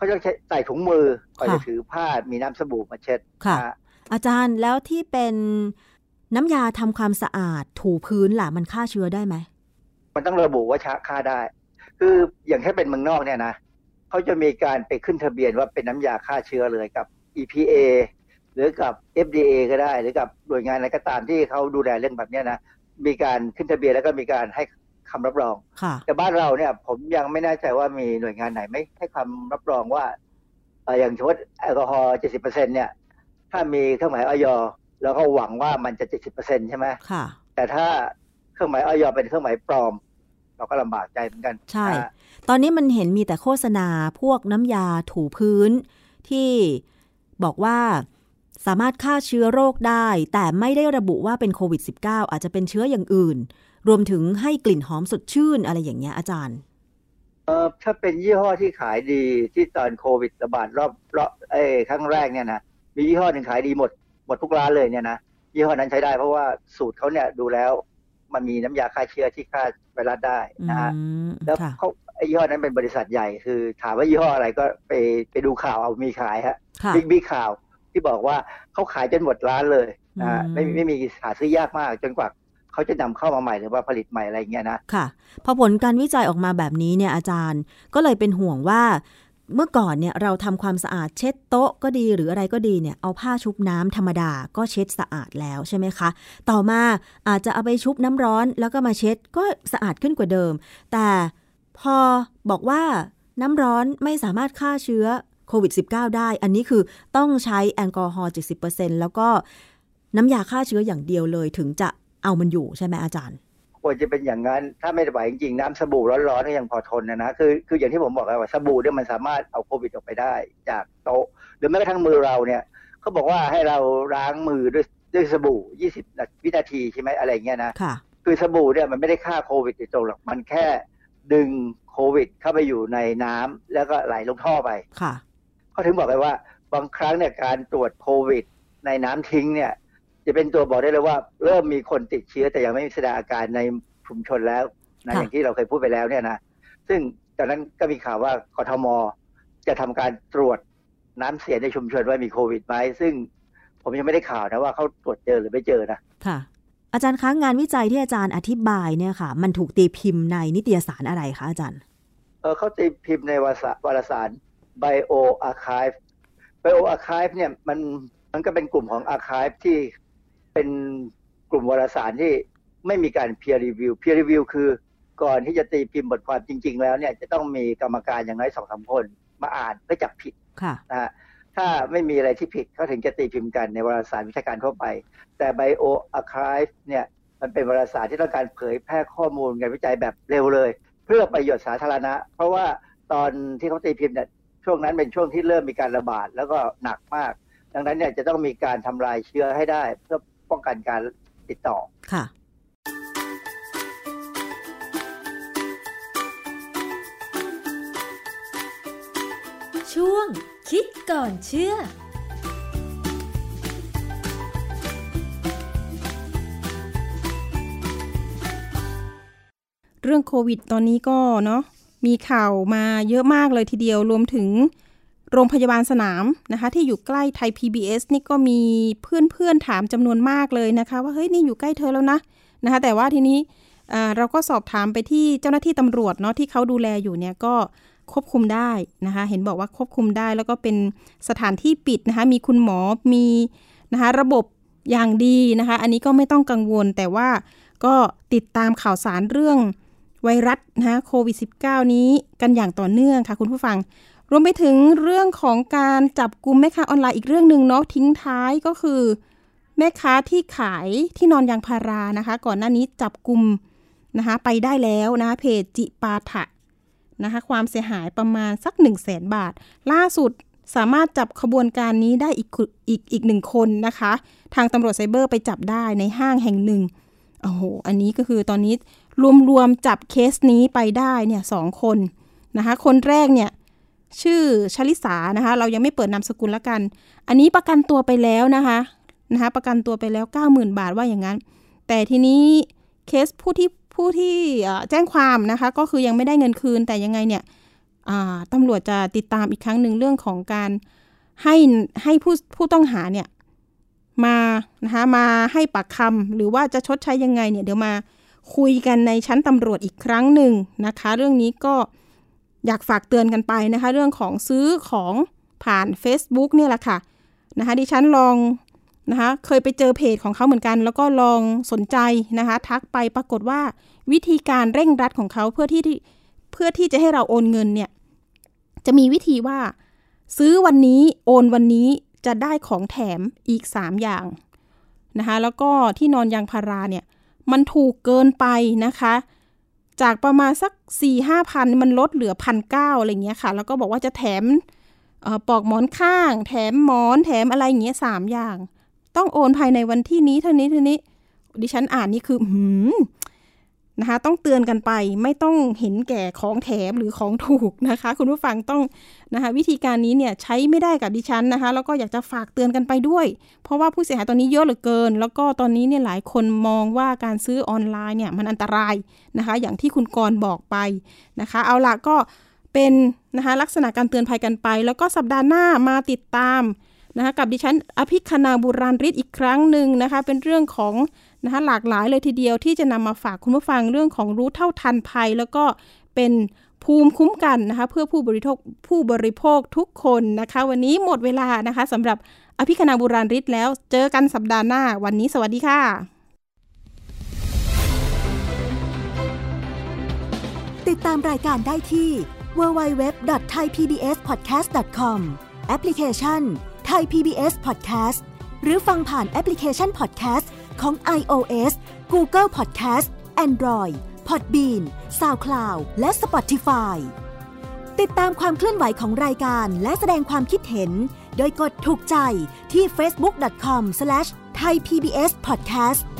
เขาจะใส่ถุงมือก่อนจะถือผ้ามีน้ำสบู่มาเช็ดค่ะอาจารย์แล้วที่เป็นน้ำยาทำความสะอาดถูพื้นล่ะมันฆ่าเชื้อได้ไหมมันต้องระบุว่าฆ่าได้คืออย่างแค่เป็นเมืองนอกเนี่ยนะเขาจะมีการไปขึ้นทะเบียนว่าเป็นน้ำยาฆ่าเชื้อเลยกับ อี พี เอ หรือกับ เอฟ ดี เอ ก็ได้หรือกับหน่วยงานอะไรก็ตามที่เขาดูแลเรื่องแบบนี้นะมีการขึ้นทะเบียนแล้วก็มีการให้คำรับรองแต่บ้านเราเนี่ยผมยังไม่แน่ใจว่ามีหน่วยงานไหนไม่ให้คำรับรองว่าอย่างเช่นแอลกอฮอล์ เจ็ดสิบเปอร์เซ็นต์ เนี่ยถ้ามีเครื่องหมายอย.แล้วก็หวังว่ามันจะ เจ็ดสิบเปอร์เซ็นต์ ใช่ไหมค่ะแต่ถ้าเครื่องหมายอย.เป็นเครื่องหมายปลอมเราก็ลำบากใจเหมือนกันใช่ตอนนี้มันเห็นมีแต่โฆษณาพวกน้ำยาถูพื้นที่บอกว่าสามารถฆ่าเชื้อโรคได้แต่ไม่ได้ระบุว่าเป็นโควิด สิบเก้า อาจจะเป็นเชื้ออย่างอื่นรวมถึงให้กลิ่นหอมสดชื่นอะไรอย่างเงี้ยอาจารย์เอ่อถ้าเป็นยี่ห้อที่ขายดีที่ตอนโควิดระบาดรอบรอบเอ้ครั้งแรกเนี่ยนะมียี่ห้อหนึ่งขายดีหมดหมดทุกร้านเลยเนี่ยนะยี่ห้อนั้นใช้ได้เพราะว่าสูตรเขาเนี่ยดูแล้วมันมีน้ำยาฆ่าเชื้อที่ฆ่าไวรัสได้นะฮะแล้วเขาไอ้ยี่ห้อนั้นเป็นบริษัทใหญ่คือถามว่ายี่ห้ออะไรก็ไปไปดูข่าวเอามีขายฮะบิ๊กบิ๊กข่าวที่บอกว่าเขาขายจนหมดร้านเลยนะฮะไม่ไม่มีหาซื้อยากมากจนกว่าเขาจะนำเข้ามาใหม่หรือว่าผลิตใหม่อะไรอย่างเงี้ยนะค่ะพอผลการวิจัยออกมาแบบนี้เนี่ยอาจารย์ก็เลยเป็นห่วงว่าเมื่อก่อนเนี่ยเราทำความสะอาดเช็ดโต๊ะก็ดีหรืออะไรก็ดีเนี่ยเอาผ้าชุบน้ำธรรมดาก็เช็ดสะอาดแล้วใช่ไหมคะต่อมาอาจจะเอาไปชุบน้ำร้อนแล้วก็มาเช็ดก็สะอาดขึ้นกว่าเดิมแต่พอบอกว่าน้ำร้อนไม่สามารถฆ่าเชื้อโควิด สิบเก้า ได้อันนี้คือต้องใช้แอลกอฮอล์ เจ็ดสิบเปอร์เซ็นต์ แล้วก็น้ำยาฆ่าเชื้ออย่างเดียวเลยถึงจะเอามันอยู่ใช่ไหมอาจารย์ควรจะเป็นอย่างนั้นถ้าไม่ไหวจริงๆน้ำสบู่ร้อนๆก็ยังพอทนนะนะคือคืออย่างที่ผมบอกว่าสบู่เนี่ยมันสามารถเอาโควิดออกไปได้จากโต๊ะหรือแม้กระทั่งมือเราเนี่ยเขาบอกว่าให้เราล้างมือด้วยด้วยสบู่ยี่สิบวินาทีใช่ไหมอะไรเงี้ยนะค่ะคือสบู่เนี่ยมันไม่ได้ฆ่าโควิดโดยตรงหรอกมันแค่ดึงโควิดเข้าไปอยู่ในน้ำแล้วก็ไหลลงท่อไปค่ะเขาถึงบอกไปว่าบางครั้งเนี่ยการตรวจโควิดในน้ำทิ้งเนี่ยจะเป็นตัวบอกได้เลยว่าเริ่มมีคนติดเชื้อแต่ยังไม่แสดงอาการในชุมชนแล้วนะอย่างที่เราเคยพูดไปแล้วเนี่ยนะซึ่งตอนนั้นก็มีข่าวว่ากทม.จะทำการตรวจน้ำเสียในชุมชนว่ามีโควิดไหมซึ่งผมยังไม่ได้ข่าวนะว่าเขาตรวจเจอหรือไม่เจอนะค่ะอาจารย์คะงานวิจัยที่อาจารย์อธิบายเนี่ยค่ะมันถูกตีพิมพ์ในนิตยสารอะไรคะอาจารย์เออเขาตีพิมพ์ในวารสาร BioArchive BioArchive เนี่ยมันมันก็เป็นกลุ่มของ Archive ที่เป็นกลุ่มวารสารที่ไม่มีการ peer review peer review คือก่อนที่จะตีพิมพ์บทความจริงๆแล้วเนี่ยจะต้องมีกรรมการอย่างน้อย สองถึงสาม คนมาอ่านเพื่อจับผิดนะฮะถ้าไม่มีอะไรที่ผิดเขาถึงจะตีพิมพ์กันในวารสารวิชาการทั่วไปแต่ BioArchive เนี่ยมันเป็นวารสารที่ต้องการเผยแพร่ข้อมูลงานวิจัยแบบเร็วเลยเพื่อประโยชน์สาธารณะเพราะว่าตอนที่เขาตีพิมพ์เนี่ยช่วงนั้นเป็นช่วงที่เริ่มมีการระบาดแล้วก็หนักมากดังนั้นเนี่ยจะต้องมีการทำลายเชื้อให้ได้เพื่อป้องกันการติดต่อค่ะช่วงคิดก่อนเชื่อเรื่องโควิดตอนนี้ก็เนาะมีข่าวมาเยอะมากเลยทีเดียวรวมถึงโรงพยาบาลสนามนะคะที่อยู่ใกล้ไทย พี บี เอส นี่ก็มีเพื่อนๆถามจำนวนมากเลยนะคะว่าเฮ้ยนี่อยู่ใกล้เธอแล้วนะนะคะแต่ว่าทีนี้เราก็สอบถามไปที่เจ้าหน้าที่ตำรวจเนาะที่เขาดูแลอยู่เนี่ยก็ควบคุมได้นะคะเห็นบอกว่าควบคุมได้แล้วก็เป็นสถานที่ปิดนะคะมีคุณหมอมีนะคะระบบอย่างดีนะคะอันนี้ก็ไม่ต้องกังวลแต่ว่าก็ติดตามข่าวสารเรื่องไวรัสนะคะโควิด สิบเก้า นี้กันอย่างต่อเนื่องค่ะคุณผู้ฟังรวมไปถึงเรื่องของการจับกุมแม่ค้าออนไลน์อีกเรื่องนึงเนาะทิ้งท้ายก็คือแม่ค้าที่ขายที่นอนยางพารานะคะก่อนหน้านี้จับกุมนะคะไปได้แล้วนะคะเพจจิปาถะนะคะความเสียหายประมาณสัก หนึ่งแสน บาทล่าสุดสามารถจับขบวนการนี้ได้อีกอีกอีกหนึ่งคนนะคะทางตำรวจไซเบอร์ไปจับได้ในห้างแห่งหนึ่งโอ้โหอันนี้ก็คือตอนนี้รวมๆจับเคสนี้ไปได้เนี่ยสองคนนะคะคนแรกเนี่ยชื่อชลิสานะคะเรายังไม่เปิดนามสกุลละกันอันนี้ประกันตัวไปแล้วนะคะนะคะประกันตัวไปแล้ว เก้าหมื่น บาทว่าอย่างนั้นแต่ทีนี้เคสผู้ที่ผู้ที่แจ้งความนะคะก็คือยังไม่ได้เงินคืนแต่ยังไงเนี่ยตำรวจจะติดตามอีกครั้งหนึ่งเรื่องของการให้ให้ผู้ผู้ต้องหาเนี่ยมานะคะมาให้ปากคำหรือว่าจะชดใช้ยังไงเนี่ยเดี๋ยวมาคุยกันในชั้นตำรวจอีกครั้งหนึ่งนะคะเรื่องนี้ก็อยากฝากเตือนกันไปนะคะเรื่องของซื้อของผ่าน Facebook เนี่ยแหละค่ะนะคะดิฉันลองนะคะเคยไปเจอเพจของเขาเหมือนกันแล้วก็ลองสนใจนะคะทักไปปรากฏว่าวิธีการเร่งรัดของเขาเพื่อที่เพื่อที่จะให้เราโอนเงินเนี่ยจะมีวิธีว่าซื้อวันนี้โอนวันนี้จะได้ของแถมอีกสามอย่างนะคะแล้วก็ที่นอนยางพาราเนี่ยมันถูกเกินไปนะคะจากประมาณสัก สี่ห้าพัน มันลดเหลือ หนึ่งพันเก้าร้อย อะไรเงี้ยค่ะแล้วก็บอกว่าจะแถมเอ่อปลอกหมอนข้างแถมหมอนแถมอะไรอย่างเงี้ยสามอย่างต้องโอนภายในวันที่นี้เท่านี้เท่านี้ดิฉันอ่านนี่คือหืมนะคะต้องเตือนกันไปไม่ต้องเห็นแก่ของแถมหรือของถูกนะคะคุณผู้ฟังต้องนะคะวิธีการนี้เนี่ยใช้ไม่ได้กับดิฉันนะคะแล้วก็อยากจะฝากเตือนกันไปด้วยเพราะว่าผู้เสียหายตอนนี้เยอะเหลือเกินแล้วก็ตอนนี้เนี่ยหลายคนมองว่าการซื้อออนไลน์เนี่ยมันอันตรายนะคะอย่างที่คุณกรณ์บอกไปนะคะเอาล่ะก็เป็นนะคะลักษณะการเตือนภัยกันไปแล้วก็สัปดาห์หน้ามาติดตามนะคะกับดิฉันอภิคณาบุราริศอีกครั้งหนึ่งนะคะเป็นเรื่องของนะคะหลากหลายเลยทีเดียวที่จะนำมาฝากคุณผู้ฟังเรื่องของรู้เท่าทันภัยแล้วก็เป็นภูมิคุ้มกันนะคะเพื่อผู้บริโภคผู้บริโภคทุกคนนะคะวันนี้หมดเวลานะคะสำหรับอภิคณาบุราริศแล้วเจอกันสัปดาห์หน้าวันนี้สวัสดีค่ะติดตามรายการได้ที่ ดับเบิลยู ดับเบิลยู ดับเบิลยู ดอท ไทย พี บี เอส พอดแคสต์ ดอท คอม แอปพลิเคชัน Thai พี บี เอส Podcast หรือฟังผ่านแอปพลิเคชัน Podcast ของ iOS Google Podcast Android Podbean SoundCloud และ Spotify ติดตามความเคลื่อนไหวของรายการและแสดงความคิดเห็นโดยกดถูกใจที่ เฟซบุ๊ก ดอท คอม สแลช ไทย พี บี เอส พอดแคสต์